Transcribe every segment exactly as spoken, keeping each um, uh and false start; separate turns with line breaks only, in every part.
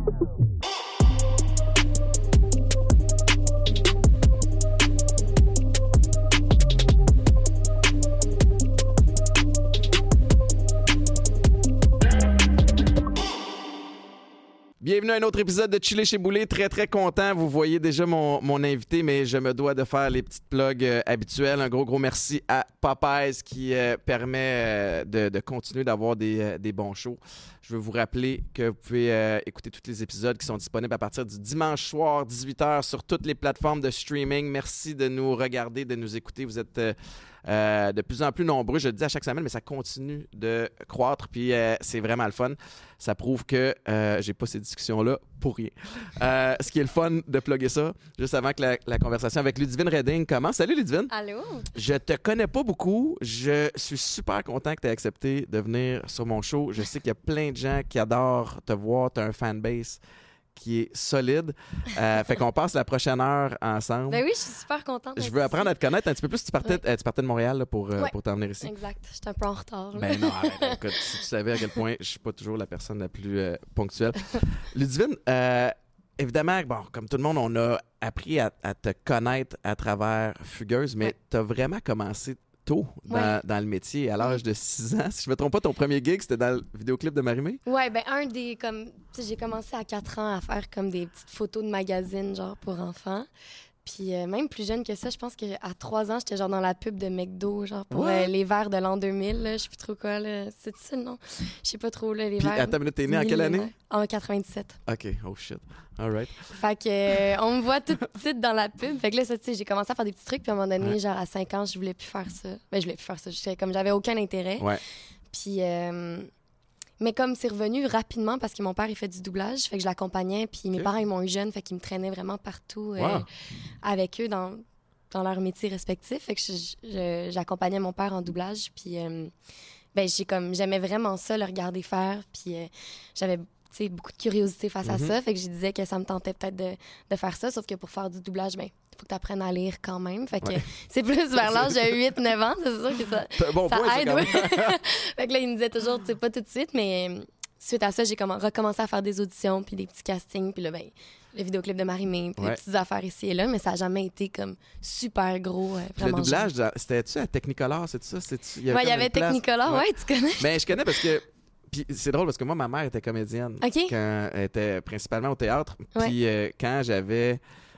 Bienvenue à un autre épisode de Chiller chez Boulet. Très, très content. Vous voyez déjà mon, mon invité, mais je me dois de faire les petites plugs euh, habituelles. Un gros, gros merci à Popeyes qui euh, permet euh, de, de continuer d'avoir des, euh, des bons shows. Je veux vous rappeler que vous pouvez euh, écouter tous les épisodes qui sont disponibles à partir du dimanche soir, dix-huit heures, sur toutes les plateformes de streaming. Merci de nous regarder, de nous écouter. Vous êtes euh, euh, de plus en plus nombreux. Je le dis à chaque semaine, mais ça continue de croître. Puis euh, c'est vraiment le fun. Ça prouve que euh, j'ai pas ces discussions-là pour rien. Euh, ce qui est le fun de plugger ça, juste avant que la, la conversation avec Ludivine Redding commence. Salut Ludivine!
Allô?
Je te connais pas beaucoup. Je suis super content que tu aies accepté de venir sur mon show. Je sais qu'il y a plein de gens qui adorent te voir. Tu as un fanbase qui est solide. Euh, fait qu'on passe la prochaine heure ensemble.
Ben oui, je suis super contente.
Je veux apprendre
ici.
à te connaître un petit peu plus. Tu partais,
Ouais.
euh, tu partais de Montréal là, pour, euh,
Ouais.
pour t'en venir ici.
Exact. J'étais un peu en retard. Là.
Ben non, arrête, écoute, si tu savais à quel point je suis pas toujours la personne la plus euh, ponctuelle. Ludivine, euh, évidemment, bon, comme tout le monde, on a appris à, à te connaître à travers Fugueuse, mais
Ouais.
tu as vraiment commencé tôt dans,
Ouais.
dans le métier, à l'âge de six ans. Si je me trompe pas, ton premier gig, c'était dans le vidéoclip de Marie-Mé?
Ouais, ben un des comme tu sais j'ai commencé à quatre ans à faire comme des petites photos de magazines genre pour enfants. Puis euh, même plus jeune que ça, je pense qu'à trois ans, j'étais genre dans la pub de McDo, genre pour
What?
euh, les verres de l'an deux mille, là, je sais plus trop quoi, là. C'est ça le nom? Je sais pas trop, là, les
Puis,
verres.
attends une minute, t'es né en quelle année?
En quatre-vingt-dix-sept.
OK, oh shit. All right.
Fait que euh, on me voit toute petite dans la pub. Fait que là, ça, tu sais, j'ai commencé à faire des petits trucs. Puis à un moment donné,
Ouais.
genre à cinq ans, je voulais plus faire ça. Ben, je voulais plus faire ça. J'étais comme, j'avais aucun intérêt.
Ouais.
Puis, euh, mais comme c'est revenu rapidement parce que mon père, il fait du doublage. Fait que je l'accompagnais. Puis mes
Ok.
parents, ils m'ont eu jeune. Fait qu'ils me traînaient vraiment partout euh,
Wow.
avec eux dans, dans leurs métiers respectifs. Fait que je- je- j'accompagnais mon père en doublage. Puis, euh, ben, j'ai comme, j'aimais vraiment ça, le regarder faire. Puis, euh, j'avais tu sais, beaucoup de curiosité face à
Mhm.
ça. Fait que je disais que ça me tentait peut-être de, de faire ça. Sauf que pour faire du doublage, ben, il faut que tu apprennes à lire quand même. Fait que
Ouais.
c'est plus vers l'âge de huit neuf ans. C'est sûr que ça,
T'as un bon
ça
point, ça,
aide.
quand
Ouais.
même.
Fait que là, il me disait toujours, tu sais, pas tout de suite, mais euh, suite à ça, j'ai commen- recommencé à faire des auditions, puis des petits castings, puis là, ben, le vidéoclip de Marie-Mé, puis
Ouais.
des petites affaires ici et là, mais ça n'a jamais été comme super gros. euh,
Puis le
vraiment
doublage, c'était-tu à Technicolor, c'est ça? C'est-tu-
jamais. Ouais, il y
comme
avait
une place-
Technicolor, ouais, tu connais?
Ben, je connais parce que. Puis c'est drôle parce que moi, ma mère était comédienne.
OK.
Quand elle était principalement au théâtre. Puis euh, quand j'avais,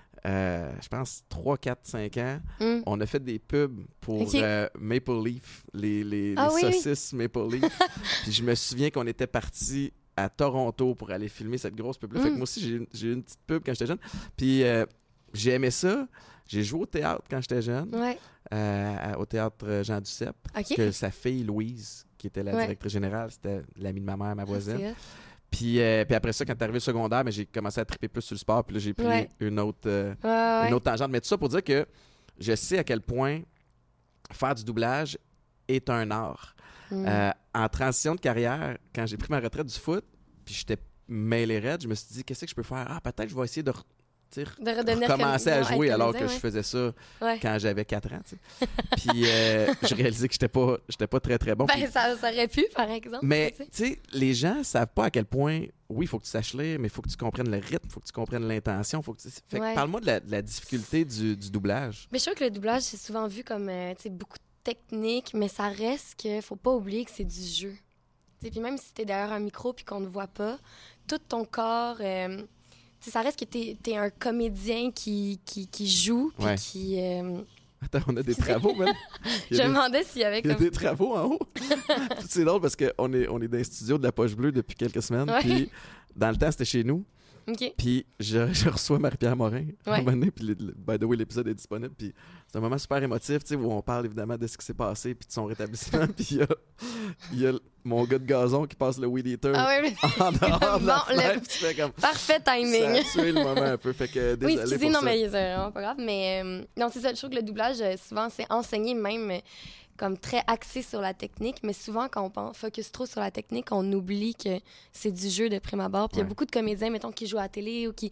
euh, je pense, trois, quatre, cinq ans,
Hum.
on a fait des pubs pour
OK.
euh, Maple Leaf, les, les,
Ah
les
oui, oui.
saucisses Maple Leaf. Puis je me souviens qu'on était partis à Toronto pour aller filmer cette grosse pub-là. Fait que
Mm.
moi aussi, j'ai eu- j'ai eu une petite pub quand j'étais jeune. Puis euh, j'ai aimé ça. J'ai joué au théâtre quand j'étais jeune,
Ouais.
euh, à- au théâtre Jean Duceppe.
OK.
Que sa fille, Louise, qui était la
Ouais.
directrice générale, c'était l'amie de ma mère, ma voisine.
C'est hot.
Puis, euh, puis après ça, quand t'es arrivé au secondaire, ben, j'ai commencé à triper plus sur le sport. Puis là, j'ai pris
Ouais.
une, autre, euh,
Ouais, ouais.
une autre tangente. Mais tout ça pour dire que je sais à quel point faire du doublage est un art.
Hum.
Euh, en transition de carrière, quand j'ai pris ma retraite du foot, puis j'étais mêlé raide, je me suis dit, qu'est-ce que je peux faire? Ah, peut-être je vais essayer de re- tu sais,
De redevenir
recommencer
comme-
à
ouais,
jouer
être
alors que
comédien,
je faisais ça
ouais.
quand j'avais quatre ans. tu sais. Puis euh, je réalisais que j'étais pas, j'étais pas très, très bon. Puis-
Ben, ça, ça aurait pu, par exemple.
mais,
tu sais.
tu sais, les gens savent pas à quel point, oui, il faut que tu saches lire, mais il faut que tu comprennes le rythme, il faut que tu comprennes l'intention. Faut que tu... Fait que
Ouais.
parle-moi de la, de la difficulté du, du doublage.
Mais je trouve que le doublage, c'est souvent vu comme euh, tu sais, beaucoup de technique, mais ça reste que faut pas oublier que c'est du jeu. Tu sais, puis même si tu es derrière un micro puis qu'on ne voit pas, tout ton corps, euh, tu sais, ça reste que tu es un comédien qui, qui, qui joue puis
Ouais.
qui... euh,
Attends, on a des travaux, man. Il y
Je
a
me
des,
demandais s'il y avait
il y a
comme...
des travaux en haut. C'est drôle parce qu'on est, on est dans les studios de la Poche Bleue depuis quelques semaines.
Ouais.
Puis dans le temps, c'était chez nous.
OK.
Puis je, je reçois Marie-Pierre Morin à un
Ouais.
moment donné, puis le- le- by the way, l'épisode est disponible. Puis c'est un moment super émotif, tu sais, où on parle évidemment de ce qui s'est passé, puis de son rétablissement. Puis il y a, il y a mon gars de gazon qui passe le weed eater
Ah ouais, mais-
en dehors de la
Bon, le-
fenêtre, puis tu fais comme...
Parfait timing.
Ça a tué le moment un peu, fait que
Oui,
désolé
excusez,
pour
non,
ça.
mais c'est vraiment pas grave. Mais euh, non, c'est ça, je trouve que le doublage, euh, souvent, c'est enseigné même euh, comme très axé sur la technique. Mais souvent, quand on pense, focus trop sur la technique, on oublie que c'est du jeu de prime abord. Puis il y
Ouais.
a beaucoup de comédiens, mettons, qui jouent à la télé ou qui,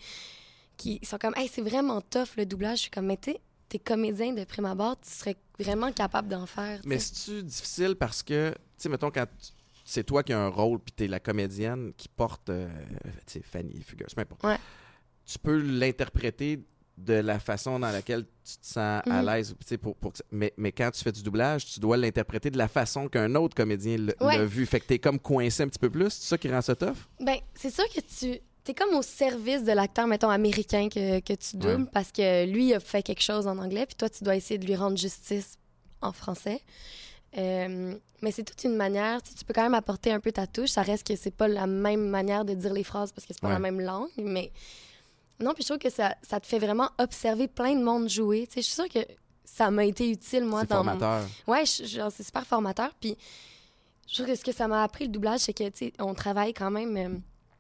qui sont comme, hey, c'est vraiment tough le doublage. Je suis comme, mais t'es, t'es comédien de prime abord, tu serais vraiment capable d'en faire. tu
Mais
sais.
c'est-tu difficile parce que, tu sais, mettons, quand tu, c'est toi qui as un rôle, puis t'es la comédienne qui porte, euh, tu sais, Fanny, Fugueuse, peu importe.
Ouais.
Tu peux l'interpréter de la façon dans laquelle tu te sens à
Mhm.
l'aise. tu sais, Pour, pour, que- mais, mais quand tu fais du doublage, tu dois l'interpréter de la façon qu'un autre comédien l-
Ouais.
l'a vu. Fait que t'es comme coincé un petit peu plus. C'est ça qui rend ça tough?
Ben, c'est sûr que tu es comme au service de l'acteur, mettons, américain que, que tu doubles,
Ouais.
parce que lui, il a fait quelque chose en anglais, puis toi, tu dois essayer de lui rendre justice en français. Euh, mais c'est toute une manière, tu sais, tu peux quand même apporter un peu ta touche. Ça reste que c'est pas la même manière de dire les phrases parce que c'est pas
Ouais.
la même langue, mais non, puis je trouve que ça, ça te fait vraiment observer plein de monde jouer. Tu sais, je suis sûre que ça m'a été utile, moi,
C'est
dans mon-
formateur.
Ouais, je- genre, c'est super formateur. Puis je trouve que ce que ça m'a appris, le doublage, c'est que, tu sais, on travaille quand même euh,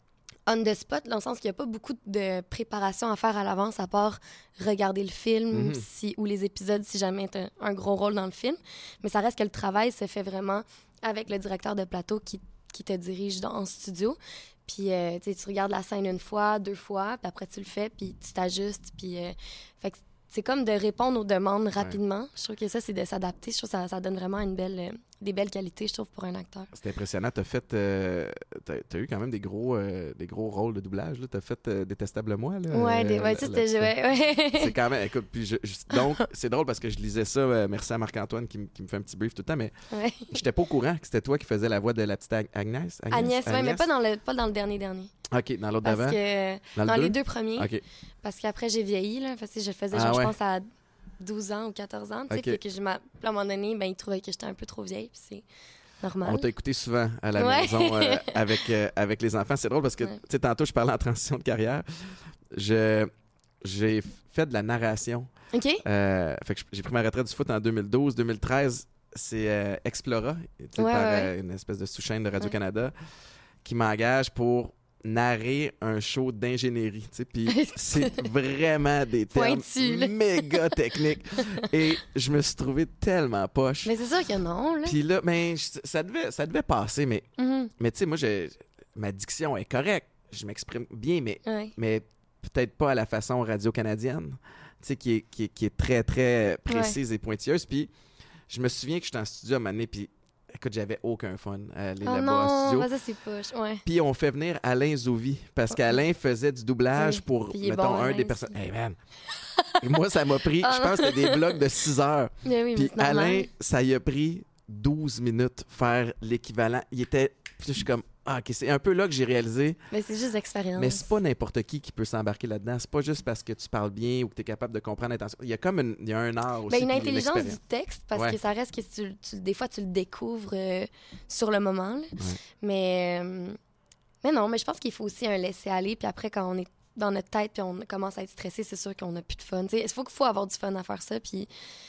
on the spot, dans le sens qu'il n'y a pas beaucoup de préparation à faire à l'avance, à part regarder le film
Mhm.
si, ou les épisodes, si jamais tu as un gros rôle dans le film. Mais ça reste que le travail se fait vraiment avec le directeur de plateau qui, qui te dirige dans, en studio. Puis, euh, tu sais, tu regardes la scène une fois, deux fois, puis après, tu le fais, puis tu t'ajustes. Puis, euh, fait que c'est comme de répondre aux demandes rapidement. Je trouve que ça, c'est de s'adapter. Je trouve que ça, ça donne vraiment une belle, euh, des belles qualités, je trouve, pour un acteur.
C'est impressionnant. T'as fait... euh, t'as, t'as eu quand même des gros, euh, des gros rôles de doublage. Là. T'as fait euh, Détestable Moi. Là,
Ouais, des,
euh,
ouais, ça, c'était...
là-dessus.
Ouais, ouais.
C'est quand même... Écoute, puis je, je- donc, c'est drôle parce que je lisais ça. euh, merci à Marc-Antoine qui, m- qui me fait un petit brief tout le temps, mais
Ouais.
j'étais pas au courant que c'était toi qui faisais la voix de la petite Ag- Agnès.
Agnès, ouais, mais pas dans le, pas dans le dernier dernier.
OK, dans l'autre
Parce
d'avant?
que...
Dans, le
Dans
deux?
les deux premiers.
OK.
Parce qu'après, j'ai vieilli, là. Parce que je le faisais,
Ah
genre,
ouais.
je pense, à douze ans ou quatorze ans, tu sais.
Ok.
Puis que je m'a... puis à un moment donné, ben, ils trouvaient que j'étais un peu trop vieille, puis c'est normal.
On t'a écouté souvent à la
Ouais.
maison euh, avec, euh, avec les enfants. C'est drôle parce que,
Ouais.
tu sais, tantôt, je parlais en transition de carrière. Je, j'ai fait de la narration.
OK?
Euh, fait que j'ai pris ma retraite du foot en deux mille douze. deux mille treize, c'est euh, Explora, tu sais,
Ouais,
par
ouais,
euh, une espèce de sous-chaîne de Radio-Canada, qui m'engage pour narrer un show d'ingénierie. tu sais. Puis c'est vraiment des termes
Pointu, là.
méga techniques. Et je me suis trouvé tellement poche.
Mais c'est sûr que non, là.
Puis là, ben, je- ça, devait, ça devait passer, mais,
Mhm.
mais tu sais, moi, j'ai- ma diction est correcte. Je m'exprime bien, mais,
Ouais.
mais peut-être pas à la façon radio-canadienne, tu sais, qui est, qui, est, qui est très, très précise et pointilleuse. Puis je me souviens que j'étais en studio à un moment donné, puis écoute, j'avais aucun fun à aller
Oh
là-bas en
non,
studio.
bah ça, c'est poche. Ouais.
Puis on fait venir Alain Zouvi, parce qu'Alain faisait du doublage
Oui,
pour,
puis il est
mettons,
bon,
un
Alain
des
aussi.
personnes. Hey man! Et moi, ça m'a pris,
Ah
je
non.
pense que c'était des blocs de six heures.
Mais oui, mais
Puis
c'est normal.
Alain, ça y a pris douze minutes faire l'équivalent. Il était. Puis je suis comme, ah, OK, c'est un peu là que j'ai réalisé.
Mais c'est juste expérience.
Mais c'est pas n'importe qui qui peut s'embarquer là-dedans. C'est pas juste parce que tu parles bien ou que tu es capable de comprendre l'intention. Il y a comme une- il y a un art aussi.
Ben, une
puis
intelligence
l'expérience.
du texte, parce
Ouais.
que ça reste que tu, tu- des fois, tu le découvres euh, sur le moment. là.
Ouais.
Mais, euh, mais non, mais je pense qu'il faut aussi un laisser-aller. Puis après, quand on est dans notre tête puis on commence à être stressé, c'est sûr qu'on n'a plus de fun. Il faut qu'il faut avoir du fun à faire ça. Puis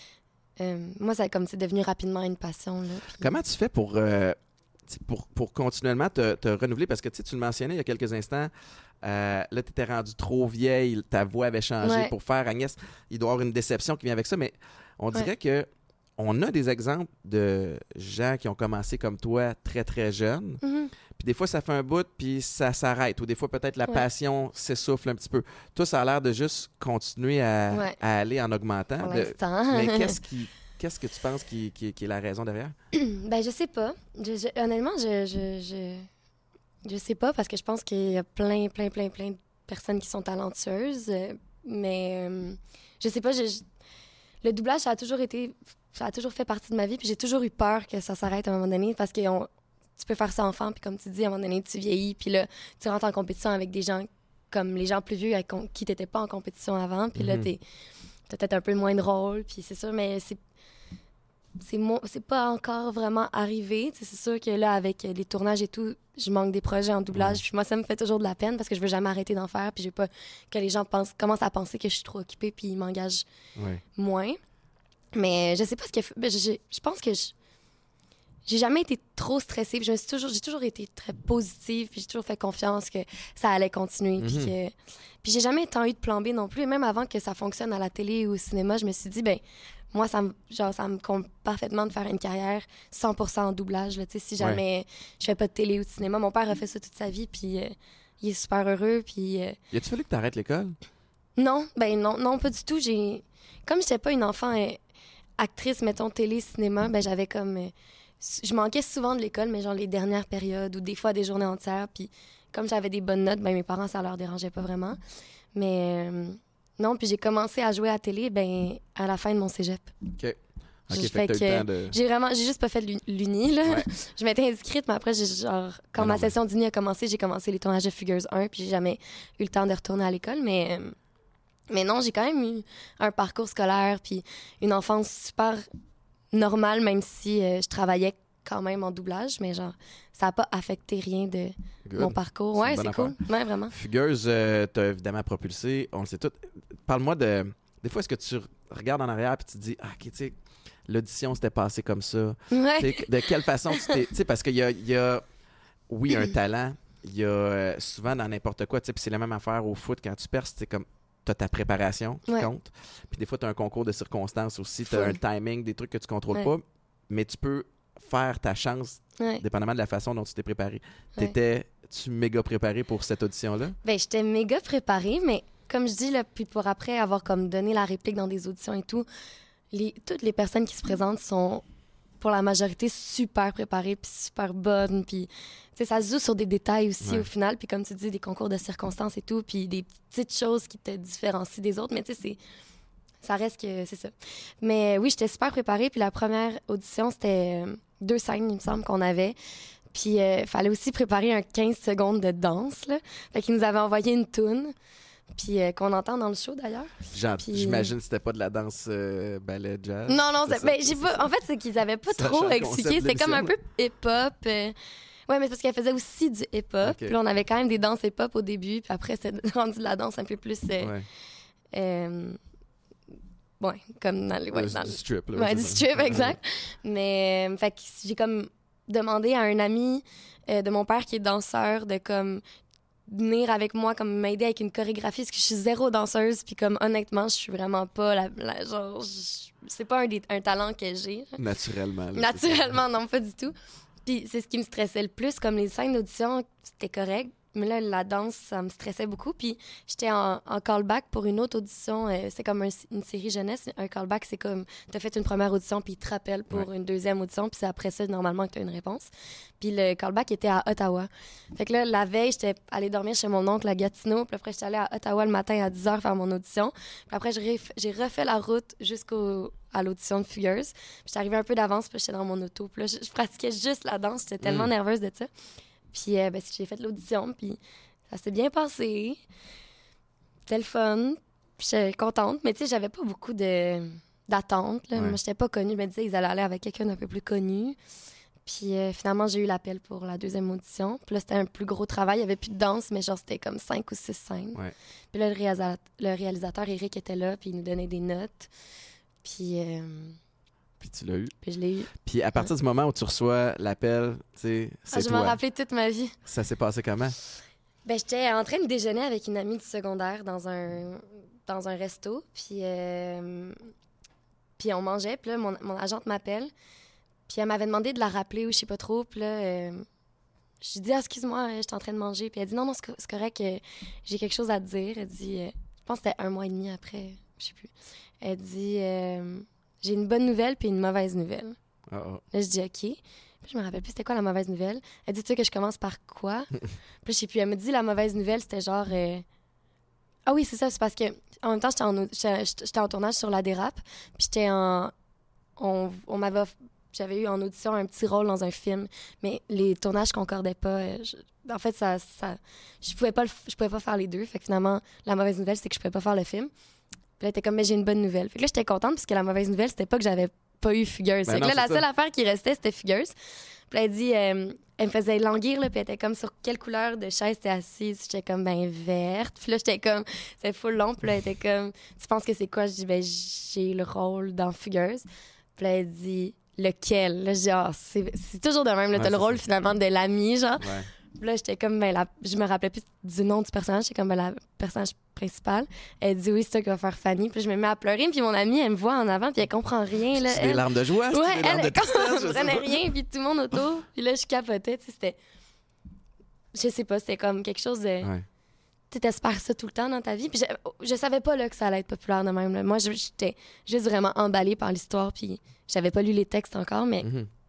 euh, moi, ça, comme c'est devenu rapidement une passion. Là, puis-
Comment tu fais pour, euh, tu sais, pour, pour continuellement te, te renouveler? Parce que tu sais, tu le mentionnais il y a quelques instants. euh, là, tu étais rendu trop vieille, ta voix avait changé
Ouais.
pour faire Agnès. Il doit y avoir une déception qui vient avec ça, mais on dirait que on a des exemples de gens qui ont commencé comme toi très, très jeunes.
Mhm.
Puis des fois, ça fait un bout, puis ça s'arrête. Ou des fois, peut-être la
Ouais.
passion s'essouffle un petit peu. Toi, ça a l'air de juste continuer à,
Ouais.
à aller en augmentant.
Pour
De-
l'instant.
Mais qu'est-ce qui, qu'est-ce que tu penses qui, qui- qui est la raison derrière?
Ben, je sais pas. Je- je- honnêtement, je, je, je, je sais pas parce que je pense qu'il y a plein, plein, plein, plein de personnes qui sont talentueuses. euh, Mais euh, je sais pas, je- je- le doublage, ça a toujours été, ça a toujours fait partie de ma vie. Puis j'ai toujours eu peur que ça s'arrête à un moment donné parce que on- tu peux faire ça enfant. Puis comme tu dis, à un moment donné, tu vieillis. Puis là, tu rentres en compétition avec des gens comme les gens plus vieux avec con- qui t'étaient pas en compétition avant. Puis là,
Mhm.
t'es t'as peut-être un peu moins de rôle. Puis c'est sûr, mais c'est c'est mo- c'est pas encore vraiment arrivé. Tu sais, c'est sûr que là, avec les tournages et tout, je manque des projets en doublage.
Ouais.
Puis moi, ça me fait toujours de la peine parce que je veux jamais arrêter d'en faire. Puis je veux pas que les gens pensent, commencent à penser que je suis trop occupée puis ils m'engagent
Ouais.
moins. Mais je sais pas ce que... ben, je, je, je pense que je... J'ai jamais été trop stressée. Puis je me suis toujours, j'ai toujours été très positive. Puis j'ai toujours fait confiance que ça allait continuer. Puis
Mhm.
que... Puis j'ai jamais tant eu de plan B non plus. Et même avant que ça fonctionne à la télé ou au cinéma, je me suis dit, ben moi, ça me, genre, ça me compte parfaitement de faire une carrière cent pour cent en doublage. Là, tu sais, si jamais je fais pas de télé ou de cinéma. Mon père a fait ça toute sa vie. Puis euh, il est super heureux. Puis... euh,
Y a-tu fallu que tu arrêtes l'école?
non, ben non, non, pas du tout. J'ai, comme j'étais pas une enfant euh, actrice, mettons télé, cinéma, ben j'avais comme euh, je manquais souvent de l'école, mais genre les dernières périodes ou des fois des journées entières. Puis comme j'avais des bonnes notes, ben mes parents, ça leur dérangeait pas vraiment. Mais euh, non, puis j'ai commencé à jouer à la télé ben, à la fin de mon cégep.
OK. OK,
J'ai
fait que
fait
t'as eu le
que
temps de...
J'ai vraiment, j'ai juste pas fait l'u- l'uni, là.
Ouais.
Je m'étais inscrite, mais après, j'ai genre, quand
Ah
ma
non, mais-
session d'uni a commencé, j'ai commencé les tournages de Figures un, puis j'ai jamais eu le temps de retourner à l'école, mais... euh, mais non, j'ai quand même eu un parcours scolaire, puis une enfance super normale, même si euh, je travaillais quand même en doublage, mais genre, ça a pas affecté rien de
Good.
mon parcours.
C'est
Ouais,
une bonne
c'est cool. Ouais, vraiment.
Fugueuse, euh, t'as évidemment propulsé, on le sait tout. Parle-moi de... Des fois, est-ce que tu regardes en arrière et tu te dis, ah, OK, tu sais, l'audition s'était passée comme ça.
Ouais.
Tu sais, de quelle façon tu t'es... Tu sais, parce qu'il y a, il y a, oui, un talent. Il y a euh, souvent dans n'importe quoi, tu sais, puis c'est la même affaire au foot quand tu perces, c'est comme... T'as ta préparation qui
Ouais.
compte. Puis des fois, t'as un concours de circonstances aussi. T'as
Full.
un timing, des trucs que tu contrôles
Ouais.
pas. Mais tu peux faire ta chance
Ouais.
dépendamment de la façon dont tu t'es préparé.
Ouais.
T'étais-tu méga préparé pour cette audition-là?
Ben, j'étais méga préparée, mais comme je dis, là, puis pour après avoir comme donné la réplique dans des auditions et tout, les, toutes les personnes qui se présentent sont, pour la majorité, super préparées, puis super bonnes, puis tu sais, ça se joue sur des détails aussi
Ouais.
au final, puis comme tu dis, des concours de circonstances et tout, puis des petites choses qui te différencient des autres, mais tu sais, c'est... Ça reste que c'est ça. Mais oui, j'étais super préparée, puis la première audition, c'était euh, deux scènes, il me semble, qu'on avait. Puis il fallait aussi préparer un quinze secondes de danse, là. Fait qu'ils nous avaient envoyé une toune, puis euh, qu'on entend dans le show, d'ailleurs.
Genre,
Puis-
J'imagine que c'était pas de la danse euh, ballet jazz.
Non, non,
c'est
c'est-
ça?
ben, j'ai pas... En fait, c'est qu'ils avaient pas
Ça
trop
change le
expliqué.
concept de
C'était comme un peu
l'émission,
hip-hop. euh. Ouais, mais c'est parce qu'elle faisait aussi du hip-hop.
Ok.
Puis là, on avait quand même des danses hip-hop au début, puis après, c'est rendu de la danse un peu plus... euh,
Ouais.
euh, ouais, comme dans les... Ouais,
Euh,
dans
du
le-
strip, là.
Ouais,
c'est
du
ça.
strip, exact. Mais, euh, fait que j'ai comme demandé à un ami euh, de mon père qui est danseur de comme venir avec moi, comme m'aider avec une chorégraphie, parce que je suis zéro danseuse, puis comme honnêtement, je suis vraiment pas la, la- genre, je- c'est pas un, des- un talent que j'ai.
Naturellement. là, c'est
Naturellement, non, pas du tout. Puis c'est ce qui me stressait le plus, comme les scènes d'audition, c'était correct. Mais là, la danse, ça me stressait beaucoup. Puis j'étais en, en callback pour une autre audition. Euh, c'est comme un- une série jeunesse. Un callback, c'est comme, t'as fait une première audition, puis ils te rappellent pour
Ouais.
une deuxième audition. Puis c'est après ça, normalement, que t'as une réponse. Puis le callback était à Ottawa. Fait que là, la veille, j'étais allée dormir chez mon oncle à Gatineau. Puis après, j'étais allée à Ottawa le matin à dix heures faire mon audition. Puis après, j'ai ref- j'ai refait la route jusqu'au à l'audition de Fugueuse. Puis j'étais arrivée un peu d'avance, puis j'étais dans mon auto. Puis là, je, je pratiquais juste la danse. J'étais tellement
Mm.
nerveuse de ça. Puis euh, ben, j'ai fait l'audition, puis ça s'est bien passé. C'était le fun. Puis j'étais contente. Mais tu sais, j'avais pas beaucoup de d'attente. là.
Ouais.
Moi, j'étais pas connue. Je me disais, ils allaient aller avec quelqu'un d'un peu plus connu. Puis euh, finalement, j'ai eu l'appel pour la deuxième audition. Puis là, c'était un plus gros travail. Il y avait plus de danse, mais genre, c'était comme cinq ou six scènes.
Ouais.
Puis là, le, réalisa- le réalisateur, Eric, était là, puis il nous donnait des notes. Puis, euh,
Puis tu l'as eu.
puis je l'ai eu.
Puis à partir du moment où tu reçois l'appel, tu sais, c'est
Ah, je m'en
toi.
rappelais toute ma vie.
Ça s'est passé comment?
Ben, j'étais en train de déjeuner avec une amie du secondaire dans un, dans un resto. Puis, euh, puis on mangeait. Puis là, mon, mon agente m'appelle. Puis elle m'avait demandé de la rappeler ou je sais pas trop. Puis là, euh, j'ai dit, ah, excuse-moi, euh, j'étais en train de manger. Puis elle dit, non, non, c'est co- c'est correct, euh, j'ai quelque chose à te dire. Elle dit, euh, je pense que c'était un mois et demi après, je sais plus. Elle dit, euh, j'ai une bonne nouvelle puis une mauvaise nouvelle.
Ah, ah.
Là, je dis OK. Puis je me rappelle plus c'était quoi la mauvaise nouvelle. Elle dit, tu sais que je commence par quoi? Puis je sais plus. Elle me dit la mauvaise nouvelle, c'était genre... euh, Ah oui, c'est ça. C'est parce que en même temps, j'étais en, au- j'étais j'étais en tournage sur La Dérape. Puis j'étais en... On, on m'avait... off- J'avais eu en audition un petit rôle dans un film. Mais les tournages concordaient pas. euh, je- En fait, ça... ça... Je pouvais pas le f- je pouvais pas faire les deux. Fait que finalement, la mauvaise nouvelle, c'est que je pouvais pas faire le film. Puis là, elle était comme, mais j'ai une bonne nouvelle. Fait que là, j'étais contente parce que la mauvaise nouvelle, c'était pas que j'avais pas eu Fugueuse.
Ben
Fait que
non,
là, la
c'est
seule
ça.
affaire qui restait, c'était Fugueuse. Puis là, elle dit, euh, elle me faisait languir, là, puis elle était comme, sur quelle couleur de chaise t'es assise? J'étais comme, ben, verte. Puis là, j'étais comme, c'est full long. Puis là, elle était comme, tu penses que c'est quoi? Je dis, ben, j'ai le rôle dans Fugueuse. Puis là, elle dit, lequel? Là, je dis, ah, c'est c'est toujours de même, là,
Ouais,
t'as le
c'est
rôle,
ça.
finalement, de l'ami, genre.
Ouais.
Puis là, j'étais comme, ben, la... je me rappelais plus du nom du personnage. J'étais comme, ben, la personnage principale. Elle dit, oui, c'est toi qui vas faire Fanny. Puis je me mets à pleurer. Puis mon amie, elle me voit en avant, puis elle comprend rien. Là,
C'est des
elle.
larmes de joie? C'est
Ouais,
des larmes
elle,
de
elle
tristesse? je sais
comprenait
pas.
rien. Puis tout le monde autour. Puis là, je capotais. Tu sais, c'était. Je sais pas, c'était comme quelque chose de.
Ouais.
Tu t'espères ça tout le temps dans ta vie. Puis je, je savais pas là, que ça allait être populaire de même. Là. Moi, je- j'étais juste vraiment emballée par l'histoire. Puis j'avais pas lu les textes encore, mais
Mhm.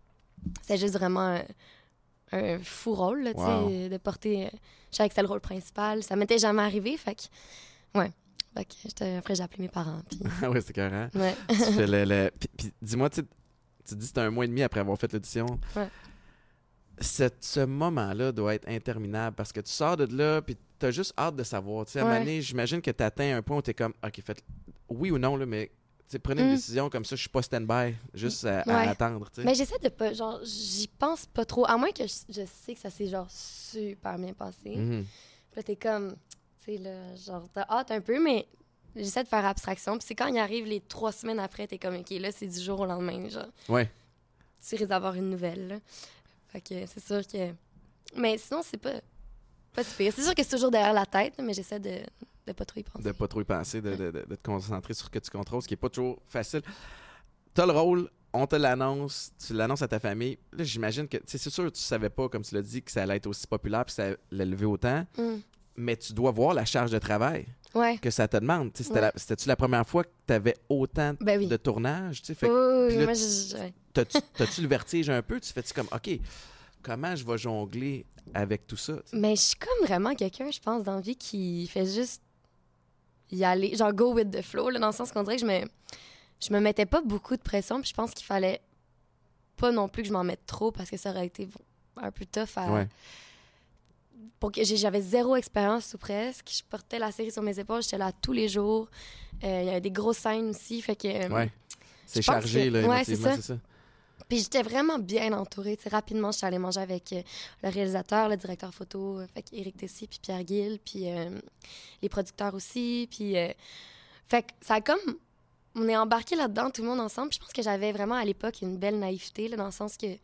c'est juste vraiment un, un fou rôle, là, tu
Wow.
sais, de porter... Je savais que c'était le rôle principal. Ça m'était jamais arrivé, fait que... Ouais. Fait que j'étais- après, j'ai appelé mes parents, puis...
Ah oui, c'est carré.
Ouais.
Tu fais le... le... Puis, puis dis-moi, tu sais, tu dis que c'était un mois et demi après avoir fait l'audition.
Ouais.
Cette- ce moment-là doit être interminable parce que tu sors de là, puis t'as juste hâte de savoir. Tu sais, à un
Ouais.
moment donné, j'imagine que t'atteins un point où t'es comme, OK, faites oui ou non, là, mais tu sais, prenez une
Mm.
décision comme ça, je suis pas stand-by, juste à, à
Ouais.
attendre, tu sais.
Mais j'essaie de pas... Genre, j'y pense pas trop. À moins que je, je sais que ça s'est, genre, super bien passé.
Mhm.
Puis là, t'es comme... Tu sais, là, genre, t'as hâte un peu, mais j'essaie de faire abstraction. Puis c'est quand il arrive les trois semaines après, t'es comme, OK, là, c'est du jour au lendemain, genre.
Ouais.
Tu risques d'avoir une nouvelle, là. Fait que c'est sûr que... Mais sinon, c'est pas... Pas si pire. C'est sûr que c'est toujours derrière la tête, mais j'essaie de, de pas trop y penser.
De pas trop y penser, de, de, de- de te concentrer sur ce que tu contrôles, ce qui est pas toujours facile. T'as le rôle, on te l'annonce, tu l'annonces à ta famille. Là, j'imagine que, tu sais, c'est sûr, tu savais pas, comme tu l'as dit, que ça allait être aussi populaire puis ça allait lever autant,
Mm.
mais tu dois voir la charge de travail
Ouais.
que ça te demande. Tu sais, C'était
Ouais.
la- C'était-tu la première fois que tu avais autant
Ben oui.
de tournages? Tu sais, fait
Oui,
que
oui,
puis
oui,
là,
moi,
tu-
je- je- ouais.
t'as-tu t'as-tu le vertige un peu? Tu fais-tu comme, OK, comment je vais jongler avec tout ça? tu sais?
Mais je suis comme vraiment quelqu'un, je pense, dans la vie qui fait juste y aller, genre go with the flow, là, dans le sens qu'on dirait que je me, je me mettais pas beaucoup de pression, puis je pense qu'il fallait pas non plus que je m'en mette trop parce que ça aurait été un peu tough à...
Ouais.
Pour que j'ai- j'avais zéro expérience ou presque. Je portais la série sur mes épaules, j'étais là tous les jours. Euh, Il y avait des grosses scènes aussi, fait que... euh,
Ouais. C'est
je pense
chargé,
que-
là,
ouais, c'est
émotivement,
ça.
c'est ça.
Puis j'étais vraiment bien entourée. Tu sais, rapidement, je suis allée manger avec euh, le réalisateur, le directeur photo, euh, fait Éric Tessy, puis Pierre Gill, puis euh, les producteurs aussi. Puis, euh, fait que ça a comme... On est embarqué là-dedans, tout le monde ensemble. Puis je pense que j'avais vraiment, à l'époque, une belle naïveté, là, dans le sens que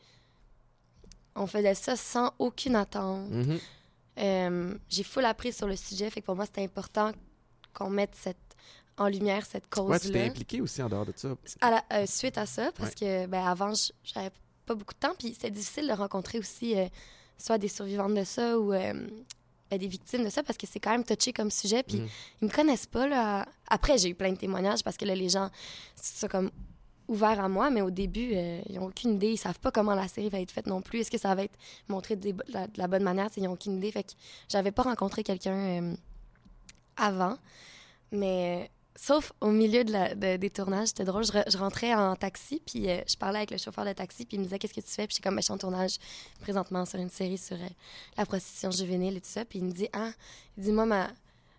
on faisait ça sans aucune attente.
Mhm.
Euh, j'ai full appris sur le sujet, fait que pour moi, c'était important qu'on mette cette, en lumière cette cause-là.
Ouais, tu t'es impliqué aussi en dehors de ça.
À la- euh, suite à ça, parce que ben, avant, j- j'avais pas beaucoup de temps, puis c'était difficile de rencontrer aussi euh, soit des survivantes de ça ou euh, ben, des victimes de ça, parce que c'est quand même touché comme sujet, puis
Mhm.
ils me connaissent pas, là. Après, j'ai eu plein de témoignages, parce que là, les gens sont comme ouverts à moi, mais au début, euh, ils ont aucune idée, ils savent pas comment la série va être faite non plus, est-ce que ça va être montré de, de la, de la bonne manière, ils ont aucune idée, fait que j'avais pas rencontré quelqu'un euh, avant, mais... Sauf au milieu de la- de- des tournages, c'était drôle. Je, re- je rentrais en taxi, puis euh, je parlais avec le chauffeur de taxi, puis il me disait qu'est-ce que tu fais. Puis j'étais comme, ben, je suis en tournage présentement sur une série sur euh, la prostitution juvénile et tout ça. Puis il me dit, ah, il dit, moi, ma,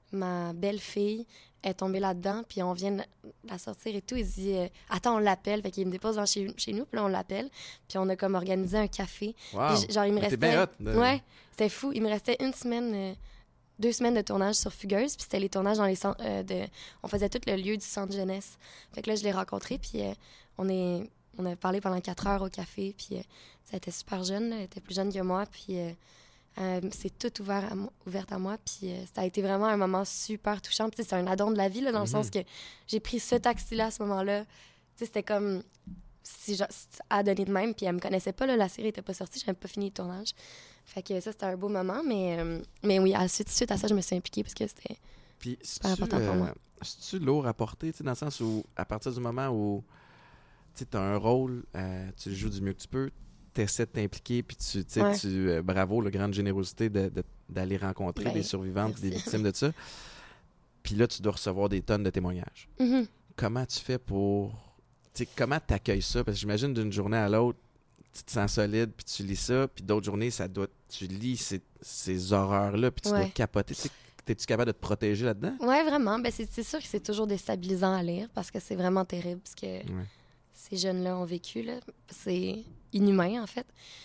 ma belle-fille est tombée là-dedans, puis on vient de la sortir et tout. Il dit, euh, attends, on l'appelle. Fait qu'il me dépose devant chez, chez nous, puis là, on l'appelle. Puis on a comme organisé un café.
Wow.
Puis, genre, il me
Mais t'es
restait.
bien hot de-
Ouais, c'était fou. Il me restait une semaine. euh, deux semaines de tournage sur Fugueuse, puis c'était les tournages dans les centres euh, de... On faisait tout le lieu du centre jeunesse. Fait que là, je l'ai rencontré, puis euh, on, est... on a parlé pendant quatre heures au café, puis euh, ça était super jeune, là, elle était plus jeune que moi, puis euh, euh, c'est tout ouvert à mo- ouverte à moi, puis euh, ça a été vraiment un moment super touchant. Puis tu sais, c'est un addon de la vie, là, dans
Mhm.
le sens que j'ai pris ce taxi-là à ce moment-là. Tu sais, c'était comme... Si genre, si- à donner de même, puis elle me connaissait pas, là, la série était pas sortie, j'avais pas fini le tournage. Fait que ça, c'était un beau moment, mais, euh, mais oui, à, suite, suite à ça, je me suis impliquée parce que c'était...
Puis,
super
c'est-tu,
important pour moi.
c'est-tu lourd à porter, tu sais, dans le sens où, à partir du moment où tu as un rôle, euh, tu le joues du mieux que tu peux, tu essaies de t'impliquer, puis tu, tu sais,
Ouais.
tu, euh, bravo, la grande générosité de- de- d'aller rencontrer
Ben,
des survivantes,
merci.
des victimes de ça. Puis là, tu dois recevoir des tonnes de témoignages.
Mhm.
Comment tu fais pour... Tu sais, comment tu accueilles ça? Parce que j'imagine d'une journée à l'autre, tu te sens solide, puis tu lis ça, puis d'autres journées, ça doit, tu lis ces, ces horreurs-là, puis tu dois
Ouais.
capoter. Tu sais, es-tu capable de te protéger là-dedans?
Ouais, vraiment. Ben, c'est c'est sûr que c'est toujours déstabilisant à lire parce que c'est vraiment terrible ce que
Ouais.
ces jeunes-là ont vécu. Là. C'est inhumain, en fait.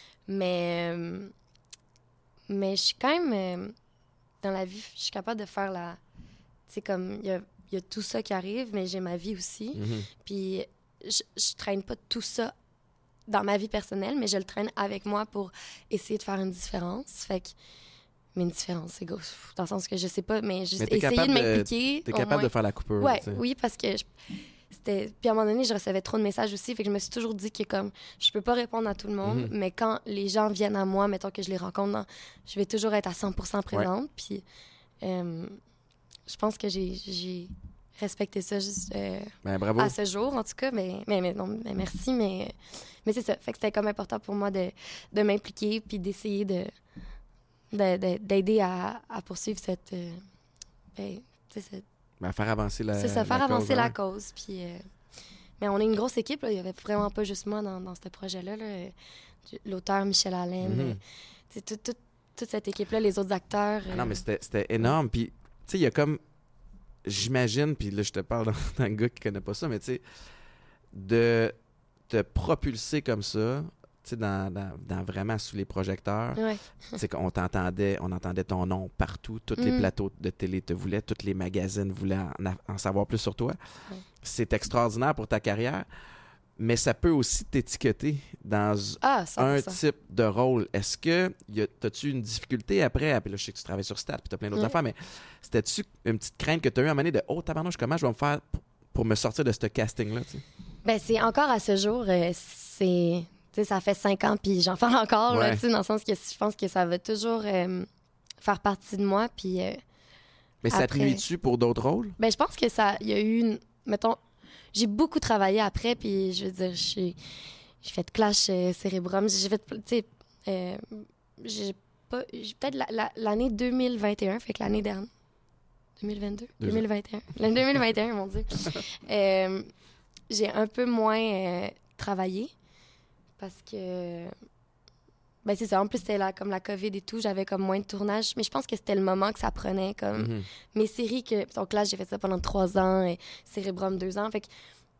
Mais, euh, mais je suis quand même... euh, dans la vie, je suis capable de faire la... Tu sais, comme, il y a, il y a tout ça qui arrive, mais j'ai ma vie aussi.
Mhm.
Puis je, je traîne pas tout ça dans ma vie personnelle, mais je le traîne avec moi pour essayer de faire une différence. Fait que... Mais une différence, c'est gros. Dans le sens que je sais pas, mais juste
Mais t'es
essayer de
capable de-
m'impliquer.
T'es
au
capable
moins.
de faire la coupure.
Ouais,
tu sais.
oui, parce que je- c'était... Puis à un moment donné, je recevais trop de messages aussi, fait que je me suis toujours dit que comme je peux pas répondre à tout le monde,
Mhm.
mais quand les gens viennent à moi, mettons que je les rencontre, dans- je vais toujours être à cent pour cent présente. Puis euh, je pense que j'ai, j'ai respecter ça juste euh,
ben, bravo.
à ce jour, en tout cas. Mais, mais, mais non, mais merci, mais, mais c'est ça. Fait que c'était comme important pour moi de, de m'impliquer puis d'essayer de, de, de, d'aider à, à poursuivre cette... Euh, ben, cette
ben, faire avancer la
C'est ça, faire
la
avancer
cause,
la
ouais.
cause. Puis, euh, mais on est une grosse équipe. Là. Il n'y avait vraiment pas juste moi dans, dans ce projet-là. Là. L'auteur Michel Allen,
Mm-hmm.
euh, tout, tout, toute cette équipe-là, les autres acteurs.
Ah non,
euh,
mais c'était, c'était énorme. Puis, tu sais, il y a comme... J'imagine, puis là, je te parle d'un gars qui connaît pas ça, mais tu sais, de te propulser comme ça, tu sais, dans, dans, dans vraiment sous les projecteurs,
ouais.
tu sais, qu'on t'entendait, on entendait ton nom partout, tous les
Mm.
plateaux de télé te voulaient, tous les magazines voulaient en, en savoir plus sur toi.
Ouais.
C'est extraordinaire pour ta carrière, mais ça peut aussi t'étiqueter dans
Ah, cent
un
pour cent.
type de rôle. Est-ce que y a, t'as-tu une difficulté après? Puis là, je sais que tu travailles sur Stat, puis t'as plein d'autres
Ouais.
affaires, mais c'était-tu une petite crainte que tu as eu à un moment donné de « Oh, tabarnouche, comment je vais me faire pour, pour me sortir de ce casting-là? » tu sais?
Ben, c'est encore à ce jour, euh, c'est... Tu sais, ça fait cinq ans, puis j'en parle encore, là,
Ouais.
tu sais, dans le sens que je pense que ça va toujours euh, faire partie de moi, puis... euh,
Mais ça te
Après-
nuit-tu pour d'autres rôles?
Ben, je pense que ça... Il y a eu une... Mettons, j'ai beaucoup travaillé après, puis je veux dire, j'ai j'ai fait Clash euh, Cérébrum, j'ai fait... Tu sais, euh, j'ai pas... j'ai peut-être la- la- l'année deux mille vingt et un, fait que l'année dernière... deux mille vingt-deux?
Deux ans.
deux mille vingt et un. L'année deux mille vingt et un, mon Dieu. Euh, j'ai un peu moins euh, travaillé parce que... Ben, c'est ça. En plus, c'était là, comme la COVID et tout, j'avais comme moins de tournage. Mais je pense que c'était le moment que ça prenait, comme...
Mhm.
Mes séries que... Donc là, j'ai fait ça pendant trois ans, et Cérébrum deux ans. Fait que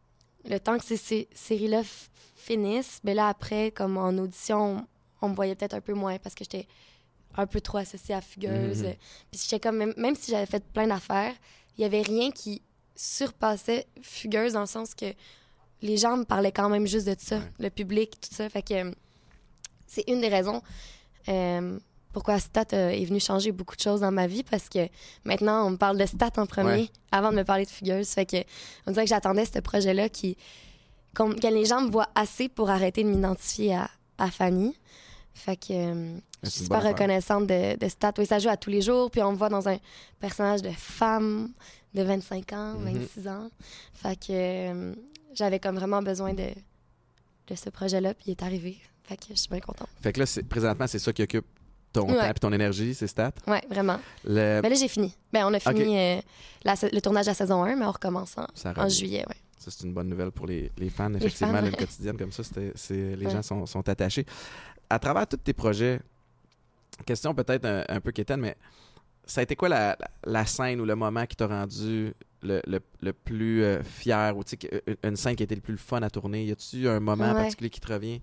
le temps que ces, ces séries-là f- finissent, ben là, après, comme en audition, on, on me voyait peut-être un peu moins parce que j'étais un peu trop associée à Fugueuse.
Mhm.
Puis j'étais comme... Même, même si j'avais fait plein d'affaires, il y avait rien qui surpassait Fugueuse dans le sens que les gens me parlaient quand même juste de ça,
Ouais.
le public, tout ça. Fait que euh, c'est une des raisons euh, pourquoi Stat euh, est venu changer beaucoup de choses dans ma vie, parce que maintenant, on me parle de Stat en premier
Ouais.
avant de me parler de Fugueuse. Fait que on dirait que j'attendais ce projet-là qui, qu'on- que les gens me voient assez pour arrêter de m'identifier à, à Fanny. Fait que euh, je
C'est
suis
une
super
bonne affaire.
reconnaissante de, de Stat. Oui, ça joue à tous les jours, puis on me voit dans un personnage de femme de vingt-cinq ans,
Mhm.
vingt-six ans. Fait que euh, j'avais comme vraiment besoin de, de ce projet-là, puis il est arrivé. Fait que je suis bien contente.
Fait que là, c'est, présentement, c'est ça qui occupe ton
Ouais.
temps et ton énergie, c'est Stat.
Ouais, vraiment.
Le...
Ben là, j'ai fini. Ben, on a fini
Ok.
euh, la sa- le tournage de la saison un, mais on recommence en,
Ça
en
revient.
juillet, ouais.
Ça, c'est une bonne nouvelle pour les, les fans. Effectivement,
fans,
là,
ouais.
une quotidienne comme ça, c'était, c'est, les
Ouais.
gens sont, sont attachés. À travers tous tes projets, question peut-être un, un peu quétaine, mais ça a été quoi la, la, la scène ou le moment qui t'a rendu le, le, le plus euh, fier, ou tu sais, que- une- une scène qui a été le plus fun à tourner? Y a-tu un moment
Ouais.
particulier qui te revient?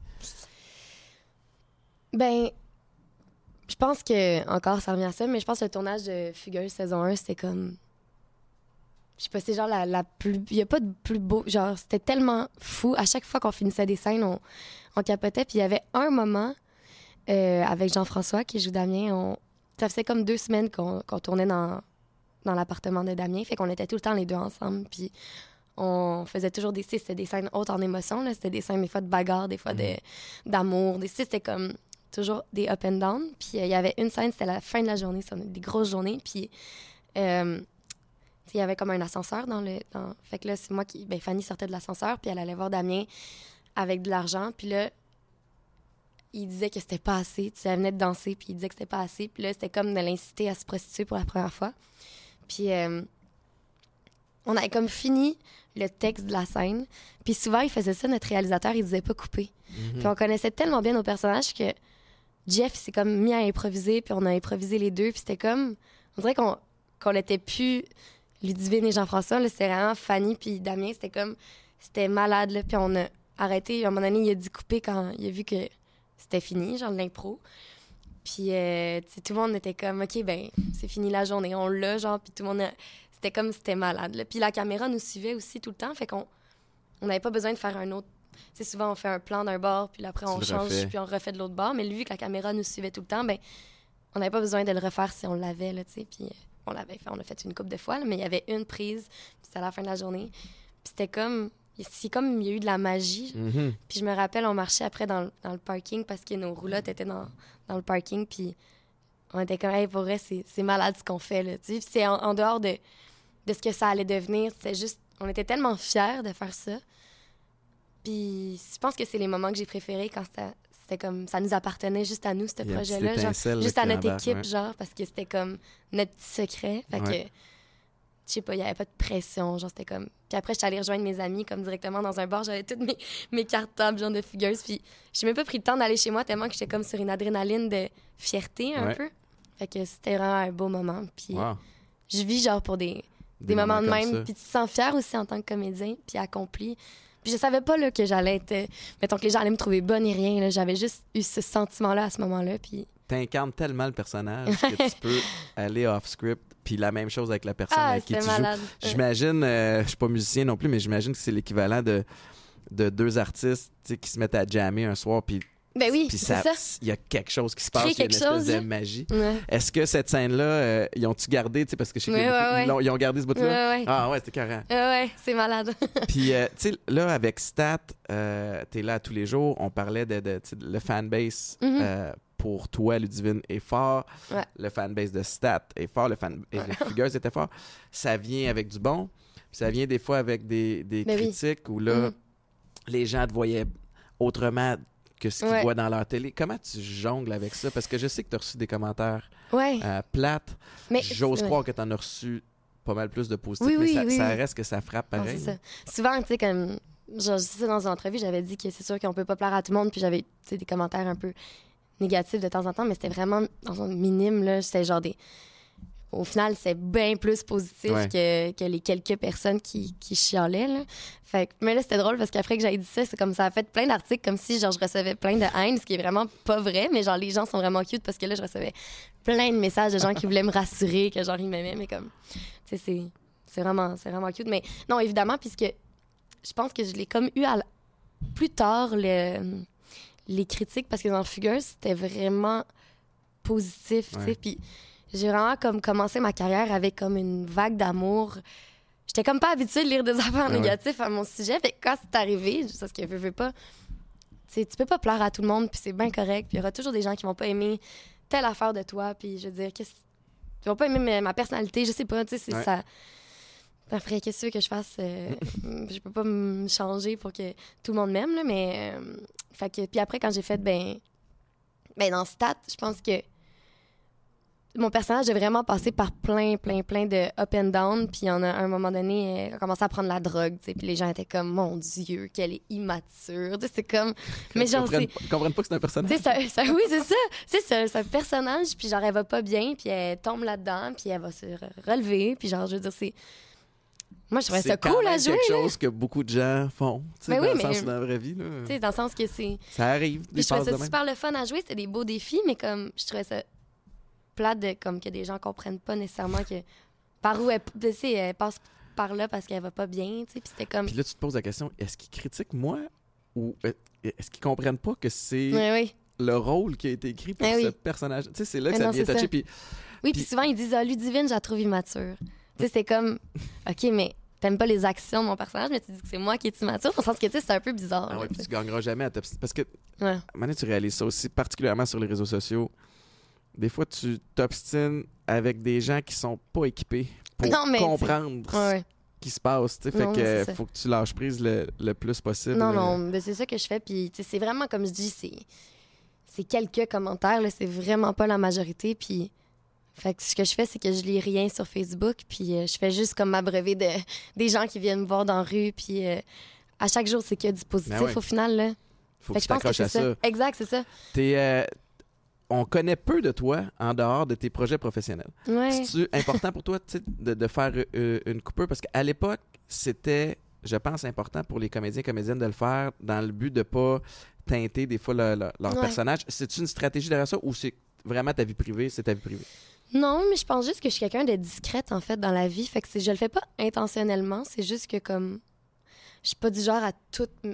Ben, je pense que, encore, ça revient à ça, mais je pense que le tournage de Fugueuse saison un, c'était comme... Je sais pas, c'est genre la, la plus... Il y a pas de plus beau... Genre, c'était tellement fou. À chaque fois qu'on finissait des scènes, on, on capotait. Puis il y avait un moment euh, avec Jean-François qui joue Damien. On... Ça faisait comme deux semaines qu'on, qu'on tournait dans, dans l'appartement de Damien. Fait qu'on était tout le temps les deux ensemble. Puis on faisait toujours des... C'était des scènes hautes en émotion, là. C'était des scènes, des fois, de bagarre, des fois de, d'amour. Des... C'était comme... toujours des up and down. Puis euh, il y avait une scène, c'était la fin de la journée, c'était des grosses journées. Puis euh, tu sais, il y avait comme un ascenseur dans le... Dans... Fait que là, c'est moi qui... Ben, Fanny sortait de l'ascenseur, puis elle allait voir Damien avec de l'argent. Puis là, il disait que c'était pas assez. Tu sais, elle venait de danser, puis il disait que c'était pas assez. Puis là, c'était comme de l'inciter à se prostituer pour la première fois. Puis euh, on avait comme fini le texte de la scène. Puis souvent, il faisait ça, notre réalisateur, il disait pas couper.
Mhm.
Puis on connaissait tellement bien nos personnages que Jeff s'est comme mis à improviser, puis on a improvisé les deux, puis c'était comme... On dirait qu'on qu'on était plus Ludivine et Jean-François, là, c'était vraiment Fanny puis Damien, c'était comme... C'était malade, là, puis on a arrêté. À un moment donné, il a dit couper quand il a vu que c'était fini, genre l'impro. Puis, euh, tu sais, tout le monde était comme, OK, ben c'est fini la journée, on l'a, genre, puis tout le monde... a- C'était comme, c'était malade, là. Puis la caméra nous suivait aussi tout le temps, fait qu'on on n'avait pas besoin de faire un autre... Tu sais, souvent, on fait un plan d'un bord, puis après,
Tu
on
le
change,
refais.
puis on refait de l'autre bord. Mais lui, vu que la caméra nous suivait tout le temps, ben on n'avait pas besoin de le refaire si on l'avait, là, tu sais. Puis euh, on l'avait fait, on l'a fait une couple de fois, là, mais il y avait une prise, puis c'était à la fin de la journée. Puis c'était comme... C'est comme il y a eu de la magie.
Mhm.
Puis je me rappelle, on marchait après dans, le- dans le parking parce que nos roulottes étaient dans, dans le parking. Puis on était comme, hey, pour vrai, c'est c'est malade ce qu'on fait, là. Tu sais, Puis c'est en, en dehors de, de ce que ça allait devenir. C'était juste, on était tellement fiers de faire ça. Puis je pense que c'est les moments que j'ai préférés quand c'était, c'était comme, ça nous appartenait juste à nous, ce projet-là. Genre, juste à notre équipe, ouais. genre, parce que c'était comme notre petit secret. Fait ouais. que, je sais pas, il y avait pas de pression. Genre, c'était comme. Puis après, j'étais allée rejoindre mes amis, comme directement dans un bar. J'avais toutes mes, mes cartables, genre de figures. Puis j'ai même pas pris le temps d'aller chez moi tellement que j'étais comme sur une adrénaline de fierté un ouais. peu. Fait que c'était vraiment un beau moment. Puis wow. je vis, genre, pour des, des, des moments, moments de même. Puis tu te sens fier aussi en tant que comédien, puis accompli. Puis je savais pas là, que j'allais être... Euh, mettons que les gens allaient me trouver bonne et rien. Là. J'avais juste eu ce sentiment-là à ce moment-là. Puis...
T'incarnes tellement le personnage que tu peux aller off-script. Puis la même chose avec la personne
ah,
avec qui tu
malade.
joues. J'imagine, euh, je suis pas musicien non plus, mais j'imagine que c'est l'équivalent de, de deux artistes qui se mettent à jammer un soir. Puis
ben oui,
puis
ça.
Il y a quelque chose qui se passe, il y a une espèce
chose,
de magie.
Ouais.
Est-ce que cette scène-là, euh, ils ont-tu gardé, tu sais, parce que je sais
ouais,
qu'ils
ouais, ouais.
ils, ont, ils ont gardé ce bout-là?
Ouais, ouais.
Ah ouais, c'était carré.
Ouais, ouais, c'est malade.
Puis, euh, tu sais, là, avec Stat, euh, t'es là tous les jours, on parlait de, de le fanbase mm-hmm. euh, pour toi, Ludivine, est fort.
Ouais.
Le fanbase de Stat est fort, le fanbase ouais. de Fugueuse était fort. Ça vient avec du bon, puis ça vient des fois avec des, des critiques oui. où là, mm-hmm. les gens te voyaient autrement que ce qu'ils ouais. voient dans leur télé. Comment tu jongles avec ça? Parce que je sais que tu as reçu des commentaires
ouais.
euh, plates.
Mais,
J'ose
ouais.
croire que tu en as reçu pas mal plus de positifs,
oui,
mais
oui,
ça,
oui,
ça
oui.
reste que ça frappe pareil.
Non, c'est ça. Souvent, tu sais, comme... Genre, je sais, dans une entrevue, j'avais dit que c'est sûr qu'on peut pas plaire à tout le monde, puis j'avais, tu sais, des commentaires un peu négatifs de temps en temps, mais c'était vraiment dans un minime, là. C'était genre des... Au final, c'est bien plus positif ouais. que, que les quelques personnes qui, qui chialaient, là. Fait que, mais là, c'était drôle parce qu'après que j'avais dit ça, c'est comme ça a fait plein d'articles comme si, genre, je recevais plein de haine, ce qui est vraiment pas vrai, mais genre, les gens sont vraiment cute parce que là, je recevais plein de messages de gens qui voulaient me rassurer, que genre, ils m'aimaient, mais comme, tu sais, c'est, c'est vraiment, c'est vraiment cute. Mais non, évidemment, puisque je pense que je l'ai comme eu à l... plus tard, le... les critiques, parce que dans Fugueuse, c'était vraiment positif, tu sais, ouais. puis j'ai vraiment comme commencé ma carrière avec comme une vague d'amour. J'étais comme pas habituée de lire des affaires ah négatives ouais. à mon sujet. Fait que quand c'est arrivé, c'est ce que je veux pas. Tu peux pas plaire à tout le monde, puis c'est bien correct. Puis il y aura toujours des gens qui vont pas aimer telle affaire de toi. Puis je veux dire, qu'est-ce... ils vont pas aimer ma, ma personnalité, je sais pas. Tu sais, c'est ouais. ça. Après, qu'est-ce que tu veux que je fasse? Euh, je peux pas me changer pour que tout le monde m'aime, là, mais. Euh, fait que, puis après, quand j'ai fait, ben. Ben, dans Stat, je pense que. Mon personnage a vraiment passé par plein, plein, plein de up and down. Puis en a, à un moment donné, elle a commencé à prendre la drogue. T'sais, puis les gens étaient comme, mon Dieu, qu'elle est immature. T'sais, c'est comme. Mais genre,
ils comprennent, comprennent pas que c'est un personnage.
Ça, ça, oui, c'est ça. C'est ça, c'est un personnage. Puis genre, elle va pas bien. Puis elle tombe là-dedans. Puis elle va se relever. Puis genre, je veux dire, c'est. Moi, je trouvais ça cool à jouer.
C'est quelque
là.
chose que beaucoup de gens font.
Mais
dans
oui,
le
mais,
sens de la vraie vie. Là.
Dans le sens que c'est.
Ça arrive.
Puis je trouvais ça super le fun à jouer. C'était des beaux défis. Mais comme, je trouvais ça. Plate de comme que des gens comprennent pas nécessairement que par où elle, tu sais, elle passe par là parce qu'elle va pas bien, tu sais, puis c'était comme.
Puis là tu te poses la question, est-ce qu'ils critiquent moi ou est-ce qu'ils comprennent pas que c'est
oui, oui.
le rôle qui a été écrit pour
oui,
ce
oui.
personnage. Tu sais, c'est là que
mais
ça
non,
vient toucher. Puis,
oui, puis souvent ils disent ah, Ludivine, je la trouve immature. Tu sais, c'est comme OK, mais t'aimes pas les actions de mon personnage, mais tu dis que c'est moi qui est immature, dans le sens que tu sais, c'est un peu bizarre.
Ah
là,
ouais, puis tu gagneras jamais à ta... Parce que
ouais.
à un moment donné, tu réalises ça aussi, particulièrement sur les réseaux sociaux. Des fois, tu t'obstines avec des gens qui sont pas équipés pour non, comprendre
ouais.
ce qui se passe. T'sais. Fait
non,
que faut que tu lâches prise le, le plus possible.
Non, non, mais c'est ça que je fais. Puis c'est vraiment, comme je dis, c'est, c'est quelques commentaires. Là, c'est vraiment pas la majorité. Puis fait que ce que je fais, c'est que je lis rien sur Facebook. Puis euh, je fais juste comme m'abreuver de, des gens qui viennent me voir dans la rue. Puis euh, à chaque jour, c'est qu'il y a du positif ben ouais. au final. Là.
Faut fait que, que tu t'accroches à ça.
ça. Exact, c'est ça.
T'es... Euh... On connaît peu de toi en dehors de tes projets professionnels.
Ouais.
C'est-tu important pour toi de, de faire euh, une coupure? Parce qu'à l'époque, c'était, je pense, important pour les comédiens et comédiennes de le faire dans le but de ne pas teinter des fois le, le, leur ouais. personnage. C'est-tu une stratégie derrière ça ou c'est vraiment ta vie privée, c'est ta vie privée?
Non, mais je pense juste que je suis quelqu'un de discrète, en fait, dans la vie. Fait que c'est, je le fais pas intentionnellement. C'est juste que, comme, je suis pas du genre à tout m-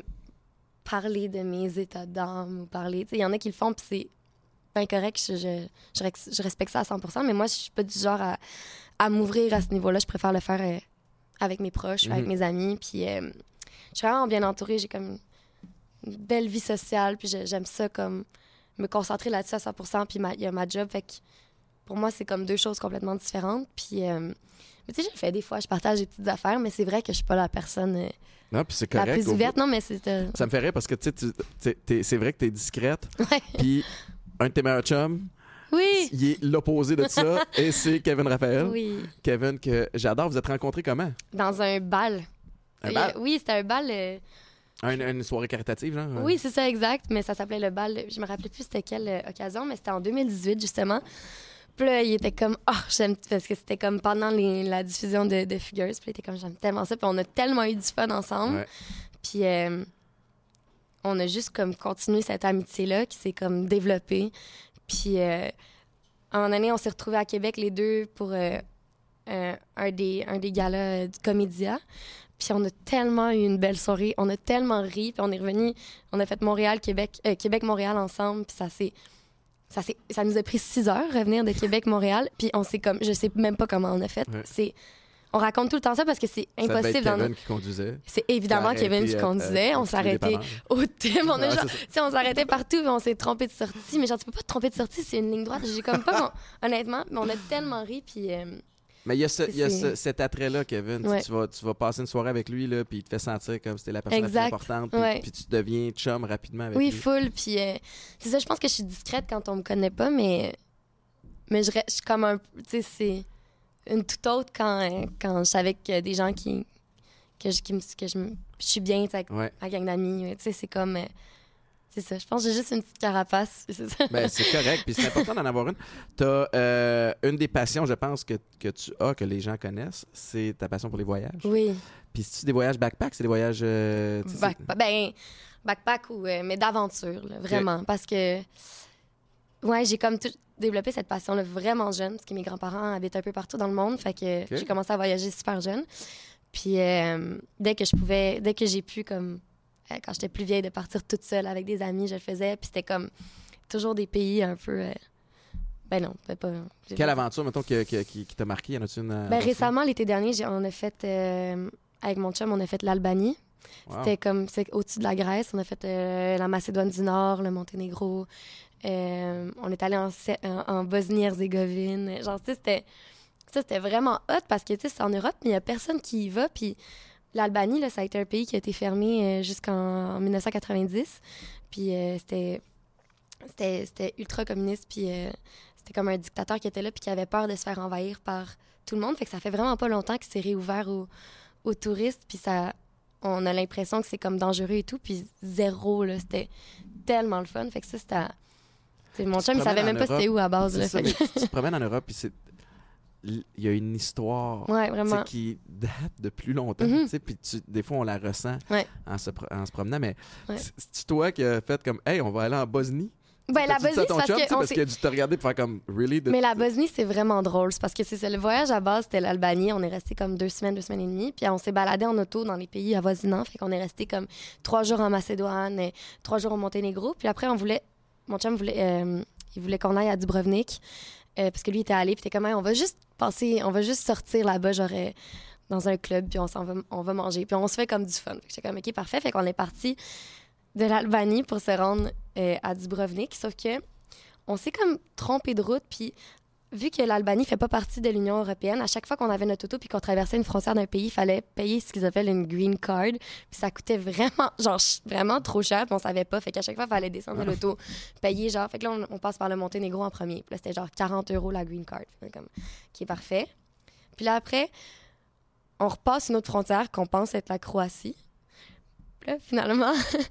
parler de mes états d'âme ou parler... Tu sais, il y en a qui le font, puis c'est incorrect, je, je, je, je respecte ça à cent pour cent, mais moi, je suis pas du genre à, à m'ouvrir à ce niveau-là. Je préfère le faire euh, avec mes proches, mm-hmm. avec mes amis, puis euh, je suis vraiment bien entourée. J'ai comme une belle vie sociale, puis je, j'aime ça, comme me concentrer là-dessus à cent pour cent, puis il y a ma job, fait que pour moi, c'est comme deux choses complètement différentes. Puis, euh, mais tu sais, je le fais des fois, je partage des petites affaires, mais c'est vrai que je suis pas la personne euh,
non, puis c'est correct,
la plus ouverte. Non, mais c'est... Euh...
Ça me fait rire parce que, tu sais, c'est vrai que t'es discrète.
Ouais.
Puis un de tes meilleurs chums,
oui.
il est l'opposé de ça, et c'est Kevin Raphaël.
Oui.
Kevin, que j'adore. Vous êtes rencontrés comment?
Dans un bal.
Un bal?
Oui, c'était un bal... Euh...
Un, une soirée caritative, genre?
Oui, c'est ça, exact. Mais ça s'appelait le bal. Je me rappelais plus c'était quelle euh, occasion, mais c'était en deux mille dix-huit, justement. Puis là, il était comme, oh, j'aime. Parce que c'était comme pendant les, la diffusion de, de Fugueuse. Puis il était comme, j'aime tellement ça. Puis on a tellement eu du fun ensemble.
Ouais.
Puis euh, on a juste comme continué cette amitié-là qui s'est comme développée. Puis euh, à un moment donné, on s'est retrouvés à Québec, les deux, pour euh, euh, un, des, un des galas euh, du Comédia. Puis on a tellement eu une belle soirée, on a tellement ri, puis on est revenu, on a fait Montréal, Québec, euh, Québec-Montréal ensemble, puis ça s'est, ça s'est, ça nous a pris six heures revenir de Québec-Montréal, puis on s'est comme, je sais même pas comment on a fait.
Ouais.
C'est, on raconte tout le temps ça parce que c'est
Ça devait être
impossible.
Kevin
dans nos...
qui conduisait.
C'est évidemment
Qui a
Kevin
arrêté
qui
à-
conduisait,
à-
on
à
s'arrêtait
dépanneur.
au thème, on a
Ouais,
genre,
c'est ça.
tu sais, on s'arrêtait partout, mais on s'est trompé de sortie, mais genre tu peux pas te tromper de sortie, c'est une ligne droite, j'ai comme pas, mon- honnêtement, mais on a tellement ri, puis. Euh...
Mais il y a, ce, il y a
C'est-
ce- cet attrait-là, Kevin. Tu-
Ouais.
Tu, vas, tu vas passer une soirée avec lui, là, puis il te fait sentir comme c'était la personne la
Exact.
plus importante, puis,
Ouais.
puis tu deviens chum rapidement avec
Oui,
lui.
full. Puis euh, c'est ça, je pense que je suis discrète quand on me connaît pas, mais, mais je, reste- je suis comme un. Tu sais, c'est une toute autre quand, euh, quand je savais que des gens qui. que je, qui me- que je, me- je suis bien, tu sais, avec
Ouais.
ma gang d'amis. Tu sais, c'est comme. euh, c'est ça. Je pense que j'ai juste une petite carapace. C'est ça.
Ben, c'est correct, puis c'est important d'en avoir une. Tu as une des passions, je pense, que, que tu as, que les gens connaissent, c'est ta passion pour les voyages.
Oui.
Puis c'est-tu des voyages backpack, c'est des voyages... euh, tu sais,
Back- ben, backpack ou. euh, mais d'aventure, là, vraiment. Parce que. Ouais, j'ai comme tout développé cette passion-là vraiment jeune, parce que mes grands-parents habitent un peu partout dans le monde. Fait que
Ok.
j'ai commencé à voyager super jeune. Puis euh, dès que je pouvais, dès que j'ai pu, comme. euh, quand j'étais plus vieille, de partir toute seule avec des amis, je le faisais. Puis c'était comme. Toujours des pays un peu. euh, Ben non, c'était pas. j'ai
Quelle
pas-
aventure, mettons, que- que- qui, qui t'a marqué? Y en a-tu une? euh,
Ben
aventure?
récemment, l'été dernier, j'ai- on a fait. euh, avec mon chum, on a fait l'Albanie.
Wow.
C'était comme c'est au-dessus de la Grèce. On a fait euh, la Macédoine du Nord, le Monténégro. Euh, on est allé en, Se- en, en Bosnie-Herzégovine. Genre, tu sais, c'était, ça, c'était vraiment hot parce que, tu sais, c'est en Europe, mais il n'y a personne qui y va. Puis l'Albanie, là, ça a été un pays qui a été fermé euh, jusqu'en en dix-neuf cent quatre-vingt-dix. Puis euh, c'était, c'était, c'était ultra communiste. Puis euh, c'était comme un dictateur qui était là puis qui avait peur de se faire envahir par tout le monde. Fait que ça fait vraiment pas longtemps que c'est réouvert aux, aux touristes. Puis ça... on a l'impression que c'est comme dangereux et tout, puis zéro, là, c'était tellement le fun. Fait que ça, c'était... à- t'sais, mon
Tu
chum,
te
il savait
promènes
même
en
pas c'était
Europe,
où à base.
C'est
Là,
ça,
fait
mais
que-
tu te promènes en Europe, puis c'est... Il y a une histoire
Ouais,
tu sais,
vraiment.
qui date de plus longtemps.
Mhm.
tu sais, Puis tu- des fois, on la ressent
Ouais.
en, se, pro- en se promenant. Mais
Ouais.
c'est- c'est toi qui as fait comme, hey, on va aller en Bosnie.
Ben, la
T'as-tu dit ça
Bosnie,
à
c'est
ton
parce
chum, tu sais,
que... on
parce
s'est-
qu'il a dû te regarder pour faire comme, really? De-
Mais la Bosnie, c'est vraiment drôle. C'est parce que c'est ça. Le voyage à base, c'était l'Albanie. On est resté comme deux semaines, deux semaines et demie. Puis on s'est baladé en auto dans les pays avoisinants. Fait qu'on est resté comme trois jours en Macédoine, et trois jours au Monténégro. Puis après, on voulait... Mon chum voulait... euh, il voulait qu'on aille à Dubrovnik. euh, parce que lui, il était allé. Puis il était comme, Hey, on va juste passer... On va juste sortir là-bas, genre... euh, dans un club, puis on s'en va, on va manger. Puis on se fait comme du fun. Fait que j'étais comme, OK, parfait. Fait qu'on est parti de l'Albanie pour se rendre euh, à Dubrovnik. Sauf que on s'est comme trompé de route, puis vu que l'Albanie fait pas partie de l'Union européenne, à chaque fois qu'on avait notre auto puis qu'on traversait une frontière d'un pays, il fallait payer ce qu'ils appellent une green card, puis ça coûtait vraiment, genre, ch- vraiment trop cher, puis on savait pas, fait qu'à chaque fois, il fallait descendre de l'auto, payer, genre, fait que là, on, on passe par le Monténégro en premier, puis là, c'était genre quarante euros la green card, Fait comme, qui est parfait. Puis là, après, on repasse une autre frontière qu'on pense être la Croatie. Puis là, finalement,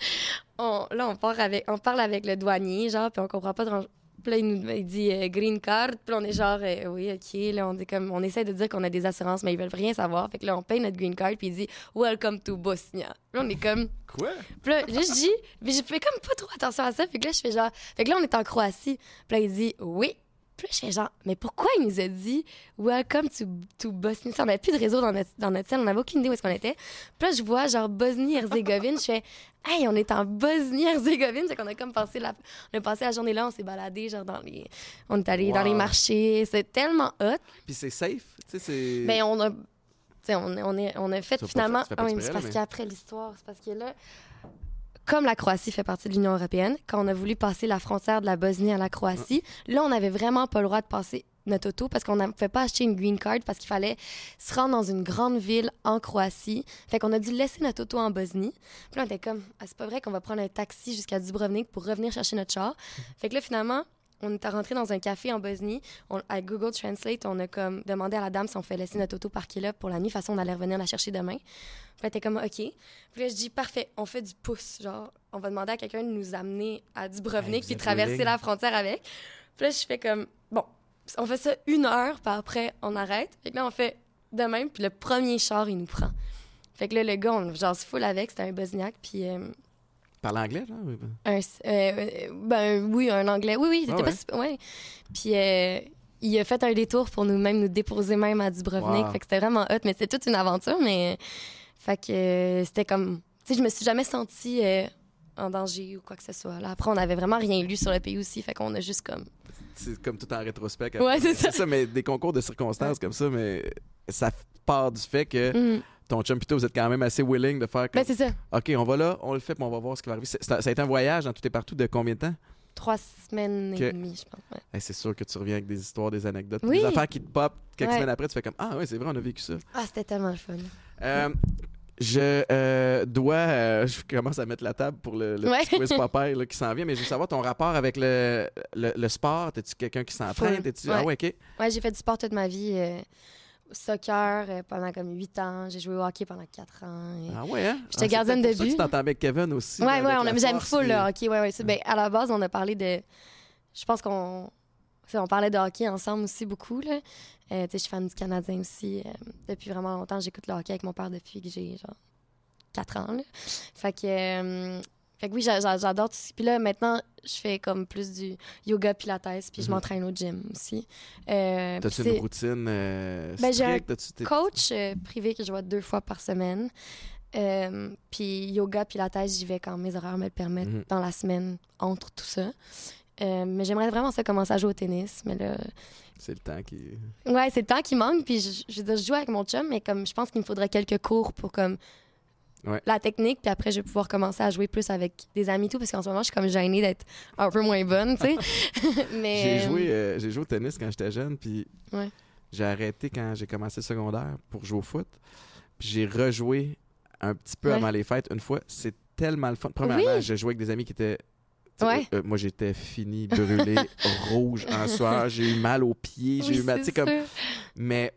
on, là, on, part avec, on parle avec le douanier, genre, puis on comprend pas de... Puis là, il nous il dit euh, green card. Puis là, on est genre, euh, oui, OK. Là, on, dit comme, on essaie de dire qu'on a des assurances, mais ils veulent rien savoir. Fait que là, on paye notre green card, puis il dit welcome to Bosnia. Puis là, on est comme.
Quoi?
Puis là, là, je dis, mais je fais comme pas trop attention à ça. Fait que là, je fais genre. Fait que là, on est en Croatie. Puis là, il dit oui. Puis là, je fais genre, mais pourquoi il nous a dit welcome to, to Bosnia? On n'avait plus de réseau dans notre, dans notre salle, on n'avait aucune idée où est-ce qu'on était. Puis là, je vois genre Bosnie-Herzégovine. Je fais, hey, on est en Bosnie-Herzégovine. C'est qu'on a comme passé la, on a passé la journée là, on s'est baladé, genre dans les. On est allé
Wow.
dans les marchés. C'est tellement hot.
Puis c'est safe, tu sais, c'est...
Ben, on a. Tu sais, on, on, est, on a fait
Tu fais pas
finalement.
fait- tu fais pas
Ah oui, mais
exprès,
c'est parce
là, mais-
qu'après l'histoire, c'est parce que là, comme la Croatie fait partie de l'Union européenne, quand on a voulu passer la frontière de la Bosnie à la Croatie, là, on n'avait vraiment pas le droit de passer notre auto parce qu'on ne pouvait pas acheter une green card parce qu'il fallait se rendre dans une grande ville en Croatie. Fait qu'on a dû laisser notre auto en Bosnie. Puis là, on était comme, ah, c'est pas vrai qu'on va prendre un taxi jusqu'à Dubrovnik pour revenir chercher notre char. Fait que là, finalement, on était rentré dans un café en Bosnie. On, à Google Translate, on a comme demandé à la dame si on fait laisser notre auto parquée là pour la nuit. De toute façon, on allait revenir la chercher demain. Puis elle était comme, OK. Puis là, je dis, parfait, on fait du pouce. Genre, on va demander à quelqu'un de nous amener à Dubrovnik
hey,
puis traverser willing. La frontière avec. Puis là, je fais comme, bon, on fait ça une heure, puis après, on arrête. Fait que là, on fait de même, puis le premier char, il nous prend. Fait que là, le gars, on genre se full avec, c'était un Bosniaque, puis... Euh,
Parle anglais, là? Oui.
Un, euh, ben oui, un anglais. Oui, oui, c'était
ah, ouais.
pas... Ouais. Puis euh, il a fait un détour pour nous-mêmes nous déposer même à Dubrovnik.
Wow.
Fait que c'était vraiment hot, mais c'était toute une aventure, mais... Fait que euh, c'était comme... Tu sais, je me suis jamais sentie euh, en danger ou quoi que ce soit. Là, après, on avait vraiment rien lu sur le pays aussi, fait qu'on a juste comme...
C'est comme tout en rétrospect.
Ouais, c'est ça.
C'est ça, mais des concours de circonstances ouais. comme ça, mais ça part du fait que mm. ton chum pis toi, vous êtes quand même assez willing de faire comme...
Ben, c'est ça.
OK, on va là, on le fait, puis on va voir ce qui va arriver. C'est, ça a été un voyage dans tout et partout de combien de temps?
Trois semaines
que...
et demie, je pense. Ouais.
Hey, c'est sûr que tu reviens avec des histoires, des anecdotes,
oui.
des affaires qui te pop. Quelques
ouais.
semaines après, tu fais comme « Ah oui, c'est vrai, on a vécu ça. »
Ah, c'était tellement le fun.
Euh, je euh, dois... Euh, je commence à mettre la table pour le, le
ouais.
petit quiz Popeye là, qui s'en vient, mais je veux savoir ton rapport avec le, le, le sport. T'es-tu quelqu'un qui s'entraîne? T'es-tu...
Ouais.
Ah ouais, OK.
Ouais, j'ai fait du sport toute ma vie. Euh, soccer euh, pendant comme huit ans. J'ai joué au hockey pendant quatre ans. Et...
Ah ouais, hein?
J'étais
ah,
gardienne de but.
C'est pour ça que tu t'entends avec Kevin aussi.
Ouais, ouais, on a... j'aime
force,
full
et...
le hockey. Ouais, ouais. C'est... Ben, à la base, on a parlé de... Je pense qu'on... On parlait de hockey ensemble aussi beaucoup, là. Euh, tu sais, je suis fan du Canadien aussi. Euh, depuis vraiment longtemps, j'écoute le hockey avec mon père depuis que j'ai, genre, quatre ans, là. Fait que... Euh... Fait que oui, j'adore tout ça. Puis là, maintenant, je fais comme plus du yoga pilates, puis mm-hmm. je m'entraîne au gym aussi. Euh,
T'as-tu une routine euh,
ben,
stricte?
J'ai un coach euh, privé que je vois deux fois par semaine. Euh, puis yoga pilates, j'y vais quand mes horaires me le permettent mm-hmm. dans la semaine, entre tout ça. Euh, mais j'aimerais vraiment ça commencer à jouer au tennis, mais là...
C'est le temps qui...
Ouais, c'est le temps qui manque, puis je, je veux dire, je joue avec mon chum, mais comme je pense qu'il me faudrait quelques cours pour comme...
Ouais.
La technique, puis après, je vais pouvoir commencer à jouer plus avec des amis et tout, parce qu'en ce moment, je suis comme gênée d'être un peu moins bonne, tu sais. Mais...
J'ai joué, euh, j'ai joué au tennis quand j'étais jeune, puis
ouais.
j'ai arrêté quand j'ai commencé le secondaire pour jouer au foot. Puis j'ai rejoué un petit peu ouais. avant les fêtes une fois. C'est tellement le fun. Premièrement, oui. j'ai joué avec des amis qui étaient...
Ouais.
Euh, moi, j'étais fini, brûlé, rouge en sueur. J'ai eu mal aux pieds. J'ai
oui,
eu mal, tu sais, comme...
sûr.
Mais...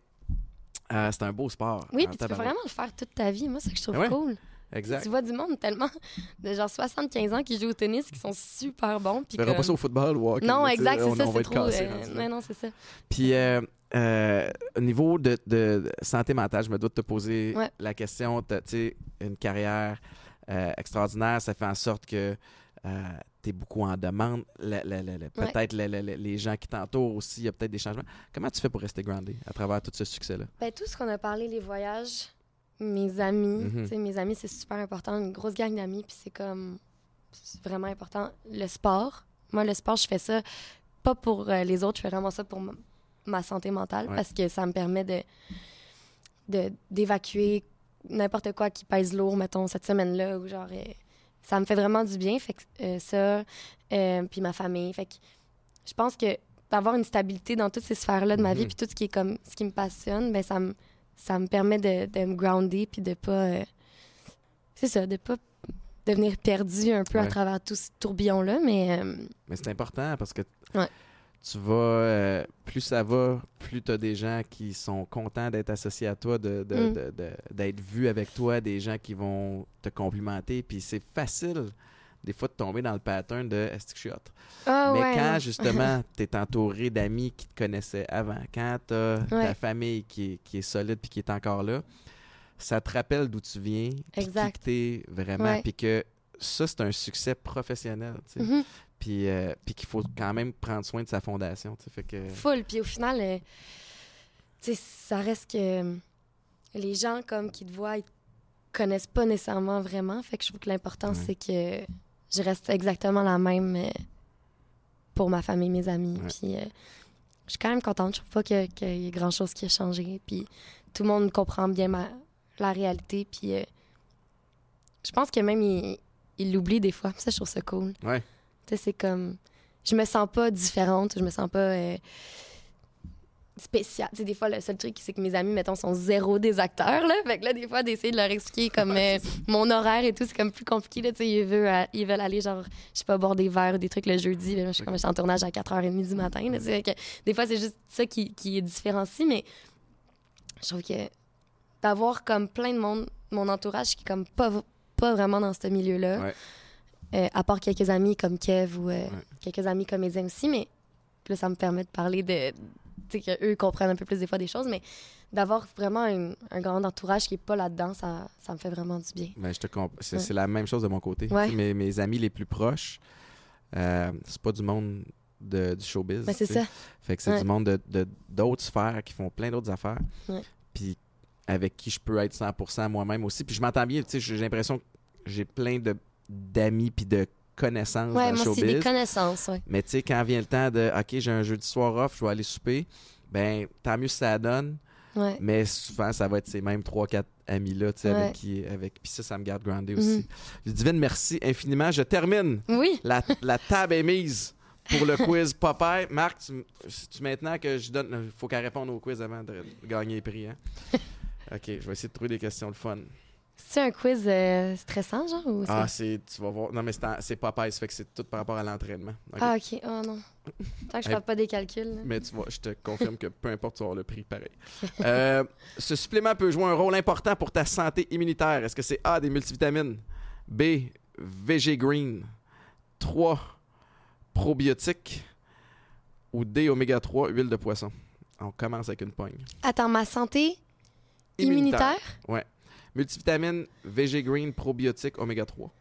Euh, c'est un beau sport.
Oui, puis tu peux vraiment le faire toute ta vie. Moi, c'est ce que je trouve
ouais,
cool.
Exact.
Tu vois du monde tellement de genre soixante-quinze ans qui jouent au tennis, qui sont super bons.
Tu ne verras
comme...
pas ça au football ou au hockey.
Non, exact, c'est
on,
ça,
on
c'est
trop...
trop...
Cassé,
euh... ouais, non, c'est ça.
Puis, euh, euh, au niveau de, de santé mentale, je me dois de te poser
ouais.
la question. Tu sais, une carrière euh, extraordinaire, ça fait en sorte que euh, tu es beaucoup en demande. Le, le, le, le, peut-être ouais. le, le, les gens qui t'entourent aussi, il y a peut-être des changements. Comment tu fais pour rester groundé à travers tout ce succès-là?
Ben, tout ce qu'on a parlé, les voyages, mes amis, mm-hmm. tu sais, mes amis, c'est super important. Une grosse gang d'amis, puis c'est comme... C'est vraiment important. Le sport. Moi, le sport, je fais ça pas pour euh, les autres, je fais vraiment ça pour m- ma santé mentale, ouais. parce que ça me permet de, de d'évacuer n'importe quoi qui pèse lourd, mettons, cette semaine-là, ou genre... Euh, ça me fait vraiment du bien, fait que euh, ça, euh, puis ma famille. Fait que je pense que d'avoir une stabilité dans toutes ces sphères-là de ma mm-hmm. vie, puis tout ce qui est comme ce qui me passionne, ben ça me ça me permet de, de me grounder, puis de pas... Euh, c'est ça, de pas devenir perdu un peu ouais. à travers tout ce tourbillon-là, mais... Euh,
mais c'est important, parce que
ouais.
tu vas... Euh, plus ça va, plus tu as des gens qui sont contents d'être associés à toi, de, de, mm. de, de, d'être vus avec toi, des gens qui vont te complimenter, puis c'est facile, des fois, de tomber dans le pattern de « est-ce que je suis hot?
Oh, »
Mais
ouais,
quand,
non.
justement, tu es entouré d'amis qui te connaissaient avant, quand tu as
ouais.
ta famille qui est, qui est solide puis qui est encore là, ça te rappelle d'où tu viens, puis qui t'es vraiment,
ouais.
puis que ça, c'est un succès professionnel, tu sais.
Mm-hmm.
Puis, euh, puis qu'il faut quand même prendre soin de sa fondation, tu sais, fait que...
Full, puis au final, euh, tu sais, ça reste que euh, les gens, comme, qui te voient, ils te connaissent pas nécessairement vraiment, fait que je trouve que l'important, ouais. c'est que je reste exactement la même euh, pour ma famille, mes amis, ouais. puis euh, je suis quand même contente, je trouve pas qu'il que y ait grand-chose qui a changé, puis tout le monde comprend bien ma, la réalité, puis euh, je pense que même ils il l'oublient des fois, ça, je trouve ça cool.
Ouais.
C'est comme... Je me sens pas différente, je me sens pas... Euh, spécial. Tu sais, des fois, le seul truc, c'est que mes amis, mettons, sont zéro des acteurs, là. Fait que là, des fois, d'essayer de leur expliquer comme euh, mon horaire et tout, c'est comme plus compliqué, là. Tu sais, ils veulent, euh, ils veulent aller, genre, je sais pas, boire des verres ou des trucs le jeudi. Là. Je suis comme, je suis en tournage à quatre heures trente du matin, là. Tu sais, que des fois, c'est juste ça qui, qui est différencie, mais je trouve que d'avoir comme plein de monde, mon entourage qui est comme pas, pas vraiment dans ce milieu-là,
Ouais.
euh, à part quelques amis comme Kev ou euh,
Ouais.
quelques amis comme les M C, mais là, ça me permet de parler de... Tu sais, qu'eux comprennent un peu plus des fois des choses, mais d'avoir vraiment un, un grand entourage qui est pas là-dedans, ça, ça me fait vraiment du bien.
Ben, je te comp- c'est,
Ouais.
c'est la même chose de mon côté.
Ouais.
Tu sais, Mes, mes amis les plus proches, euh, c'est pas du monde de, du showbiz.
Ben, c'est
tu sais.
ça.
Fait que c'est
Ouais.
du monde de, de- d'autres sphères qui font plein d'autres affaires.
Ouais.
Puis avec qui je peux être cent pour cent moi-même aussi. Puis je m'entends bien. Tu sais, j'ai l'impression que j'ai plein de, d'amis puis de connaissances
Ouais,
dans le
moi, c'est
showbiz.
des connaissances, ouais.
Mais tu sais, quand vient le temps de « OK, j'ai un jeudi soir off, je vais aller souper », ben tant mieux si ça donne.
Ouais.
Mais souvent, ça va être ces mêmes trois quatre amis-là, tu sais,
Ouais.
avec qui... Avec... Puis ça, ça me garde groundé
Mhm.
aussi. Ludivine, merci infiniment. Je termine.
Oui.
La, la table est mise pour le quiz Popeye. Marc, tu, tu maintenant que je donne... Il faut qu'elle réponde au quiz avant de gagner les prix. Hein? OK, je vais essayer de trouver des questions le fun.
C'est un quiz euh, stressant, genre? Ou c'est...
Ah, c'est... Tu vas voir. Non, mais c'est, en- c'est Popeye, ça fait que c'est tout par rapport à l'entraînement. OK?
Ah, OK. Oh non. Tant que je ne
Hey.
fais pas des calculs. là.
Mais tu vois, je te confirme que peu importe, tu vas avoir le prix pareil. Euh, ce supplément peut jouer un rôle important pour ta santé immunitaire. Est-ce que c'est A, des multivitamines, B, V G Green, trois, probiotiques ou D, oméga trois, huile de poisson? On commence avec une pogne.
Attends, ma santé immunitaire?
Ouais. Multivitamines, V G Green, probiotiques, oméga trois.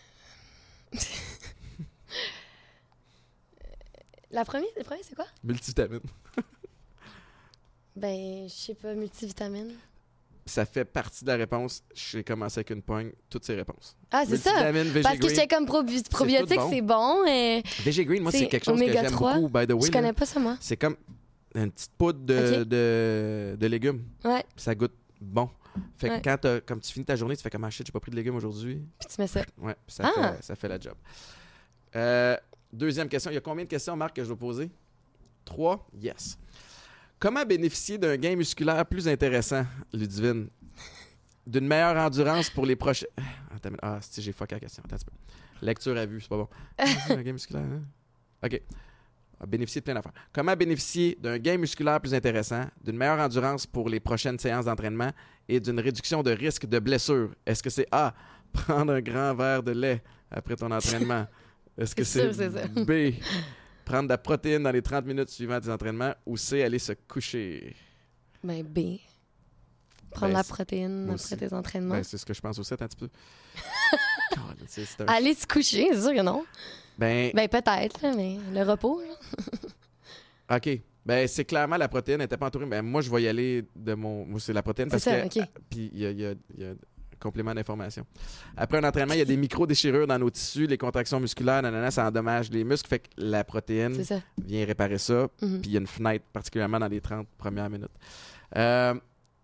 La première, le premier, c'est quoi?
Multivitamines.
Ben, je sais pas, multivitamine.
Ça fait partie de la réponse. J'ai commencé avec une pogne, toutes ces réponses.
Ah, c'est ça.
Multivitamines, V G
Parce que
Green.
j'étais comme probi- probiotique,
bon.
c'est bon. Et...
V G Green, moi,
C'est
c'est quelque chose que
oméga
j'aime
trois.
beaucoup, by the way.
Je
là.
connais pas ça, moi.
C'est comme une petite poudre de,
Ok.
de, de légumes.
Ouais,
Ça goûte bon. Fait que
Ouais.
quand t'as- comme tu finis ta journée, tu fais comme ah shit, j'ai pas pris de légumes aujourd'hui.
puis tu mets ça.
Ouais, puis ça,
Ah.
fait, ça fait la job. Euh, deuxième question. Il y a combien de questions, Marc, que je dois poser? Trois? Yes. Comment bénéficier d'un gain musculaire plus intéressant, Ludivine? D'une meilleure endurance pour les prochains... Attends, mais- ah, si j'ai fucké la question. Attends un petit peu. Lecture à vue, c'est pas bon. Un gain musculaire, hein? OK. À bénéficier de plein d'affaires. Comment bénéficier d'un gain musculaire plus intéressant, d'une meilleure endurance pour les prochaines séances d'entraînement et d'une réduction de risque de blessure? Est-ce que c'est A, prendre un grand verre de lait après ton entraînement? Est-ce que
C'est
c'est
sûr, c'est ça.
B, prendre de la protéine dans les trente minutes suivant tes entraînements ou C, aller se coucher?
Ben, B. Prendre
Ben,
la
c'est-
protéine
moi
après
aussi.
tes entraînements.
Ben, c'est ce que je pense aussi, attends un petit peu. God, c'est- c'est un-
Aller se coucher, c'est sûr que non.
Ben,
Ben, peut-être, là, mais le repos, là.
OK. Ben, c'est clairement la protéine n'était pas entourée. Ben, moi, je vais y aller de mon. Moi, c'est la protéine
C'est
parce
ça,
que.
OK.
Puis, il y a, il y a- il y a un complément d'information. Après un entraînement, il y a des micro-déchirures dans nos tissus, les contractions musculaires, nanana, ça endommage les muscles. Fait que la protéine
C'est ça.
vient réparer ça.
Mhm.
Puis, il y a une fenêtre, particulièrement dans les trente premières minutes. Euh...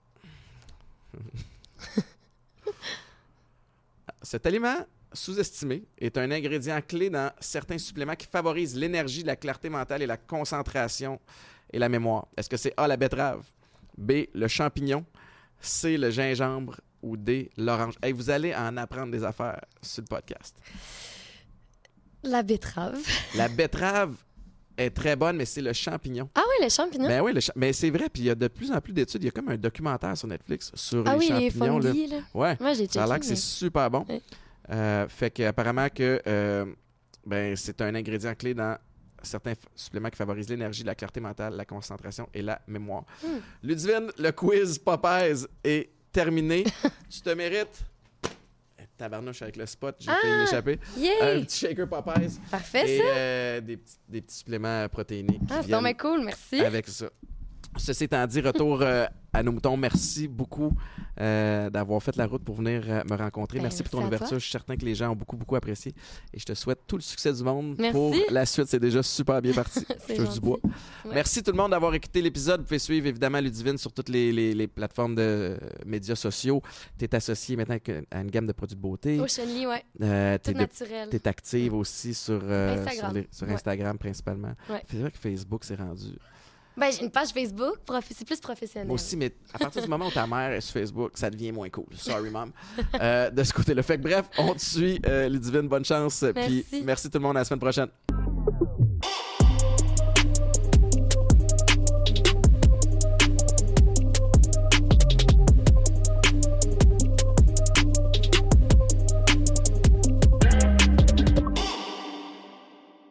Cet aliment sous-estimé est un ingrédient clé dans certains suppléments qui favorisent l'énergie, la clarté mentale et la concentration et la mémoire. Est-ce que c'est A, la betterave, B, le champignon, C, le gingembre ou D, l'orange? Hey, vous allez en apprendre des affaires sur le podcast.
La betterave.
La betterave est très bonne, mais c'est le champignon.
Ah ouais, les champignons.
Ben oui, le cha- mais c'est vrai, puis il y a de plus en plus d'études. Il y a comme un documentaire sur Netflix sur
ah
les
oui, les
champignons. là.
fungi, là.
Ouais,
Moi, j'ai checké.
ça a l'air que c'est
mais-
super bon.
Ouais.
Euh, fait qu'apparemment que euh, ben, c'est un ingrédient clé dans certains f- suppléments qui favorisent l'énergie, la clarté mentale, la concentration et la mémoire.
Hmm.
Ludivine, le quiz Popeyes est terminé. Tu te mérites... Eh, Tabarnouche avec le spot, j'ai
Ah!
failli m'échapper.
Yay!
Un petit shaker Popeyes
Parfait,
et
ça.
euh, des, petits, des petits suppléments protéiniques qui
Ah, c'est
viennent
donc bien cool, merci.
avec ça. Ceci étant dit, retour euh, à nos moutons. Merci beaucoup euh, d'avoir fait la route pour venir euh, me rencontrer.
Ben,
merci pour ton
merci à
ouverture.
toi.
Je suis certain que les gens ont beaucoup, beaucoup apprécié. Et je te souhaite tout le succès du monde
Merci.
pour la suite. C'est déjà super bien parti.
C'est
Je touche du
gentil.
bois.
Ouais.
Merci tout le monde d'avoir écouté l'épisode. Vous pouvez suivre évidemment Ludivine sur toutes les, les- les plateformes de euh, médias sociaux. Tu es associé maintenant avec- à une gamme de produits de beauté.
Ocean Lee, ouais.
Euh,
Tout
t'es de-
naturel.
T'es active aussi sur, euh,
Instagram.
sur, les- sur
Ouais.
Instagram principalement.
Ouais.
C'est vrai que Facebook s'est rendu
Ben, j'ai une page Facebook, prof... c'est plus professionnel.
Moi aussi, mais à partir du moment où ta mère est sur Facebook, ça devient moins cool. Sorry, mom. Euh, de ce côté-là. Fait que bref, on te suit, euh, Ludivine, bonne chance.
Merci.
Puis merci tout le monde, à la semaine prochaine.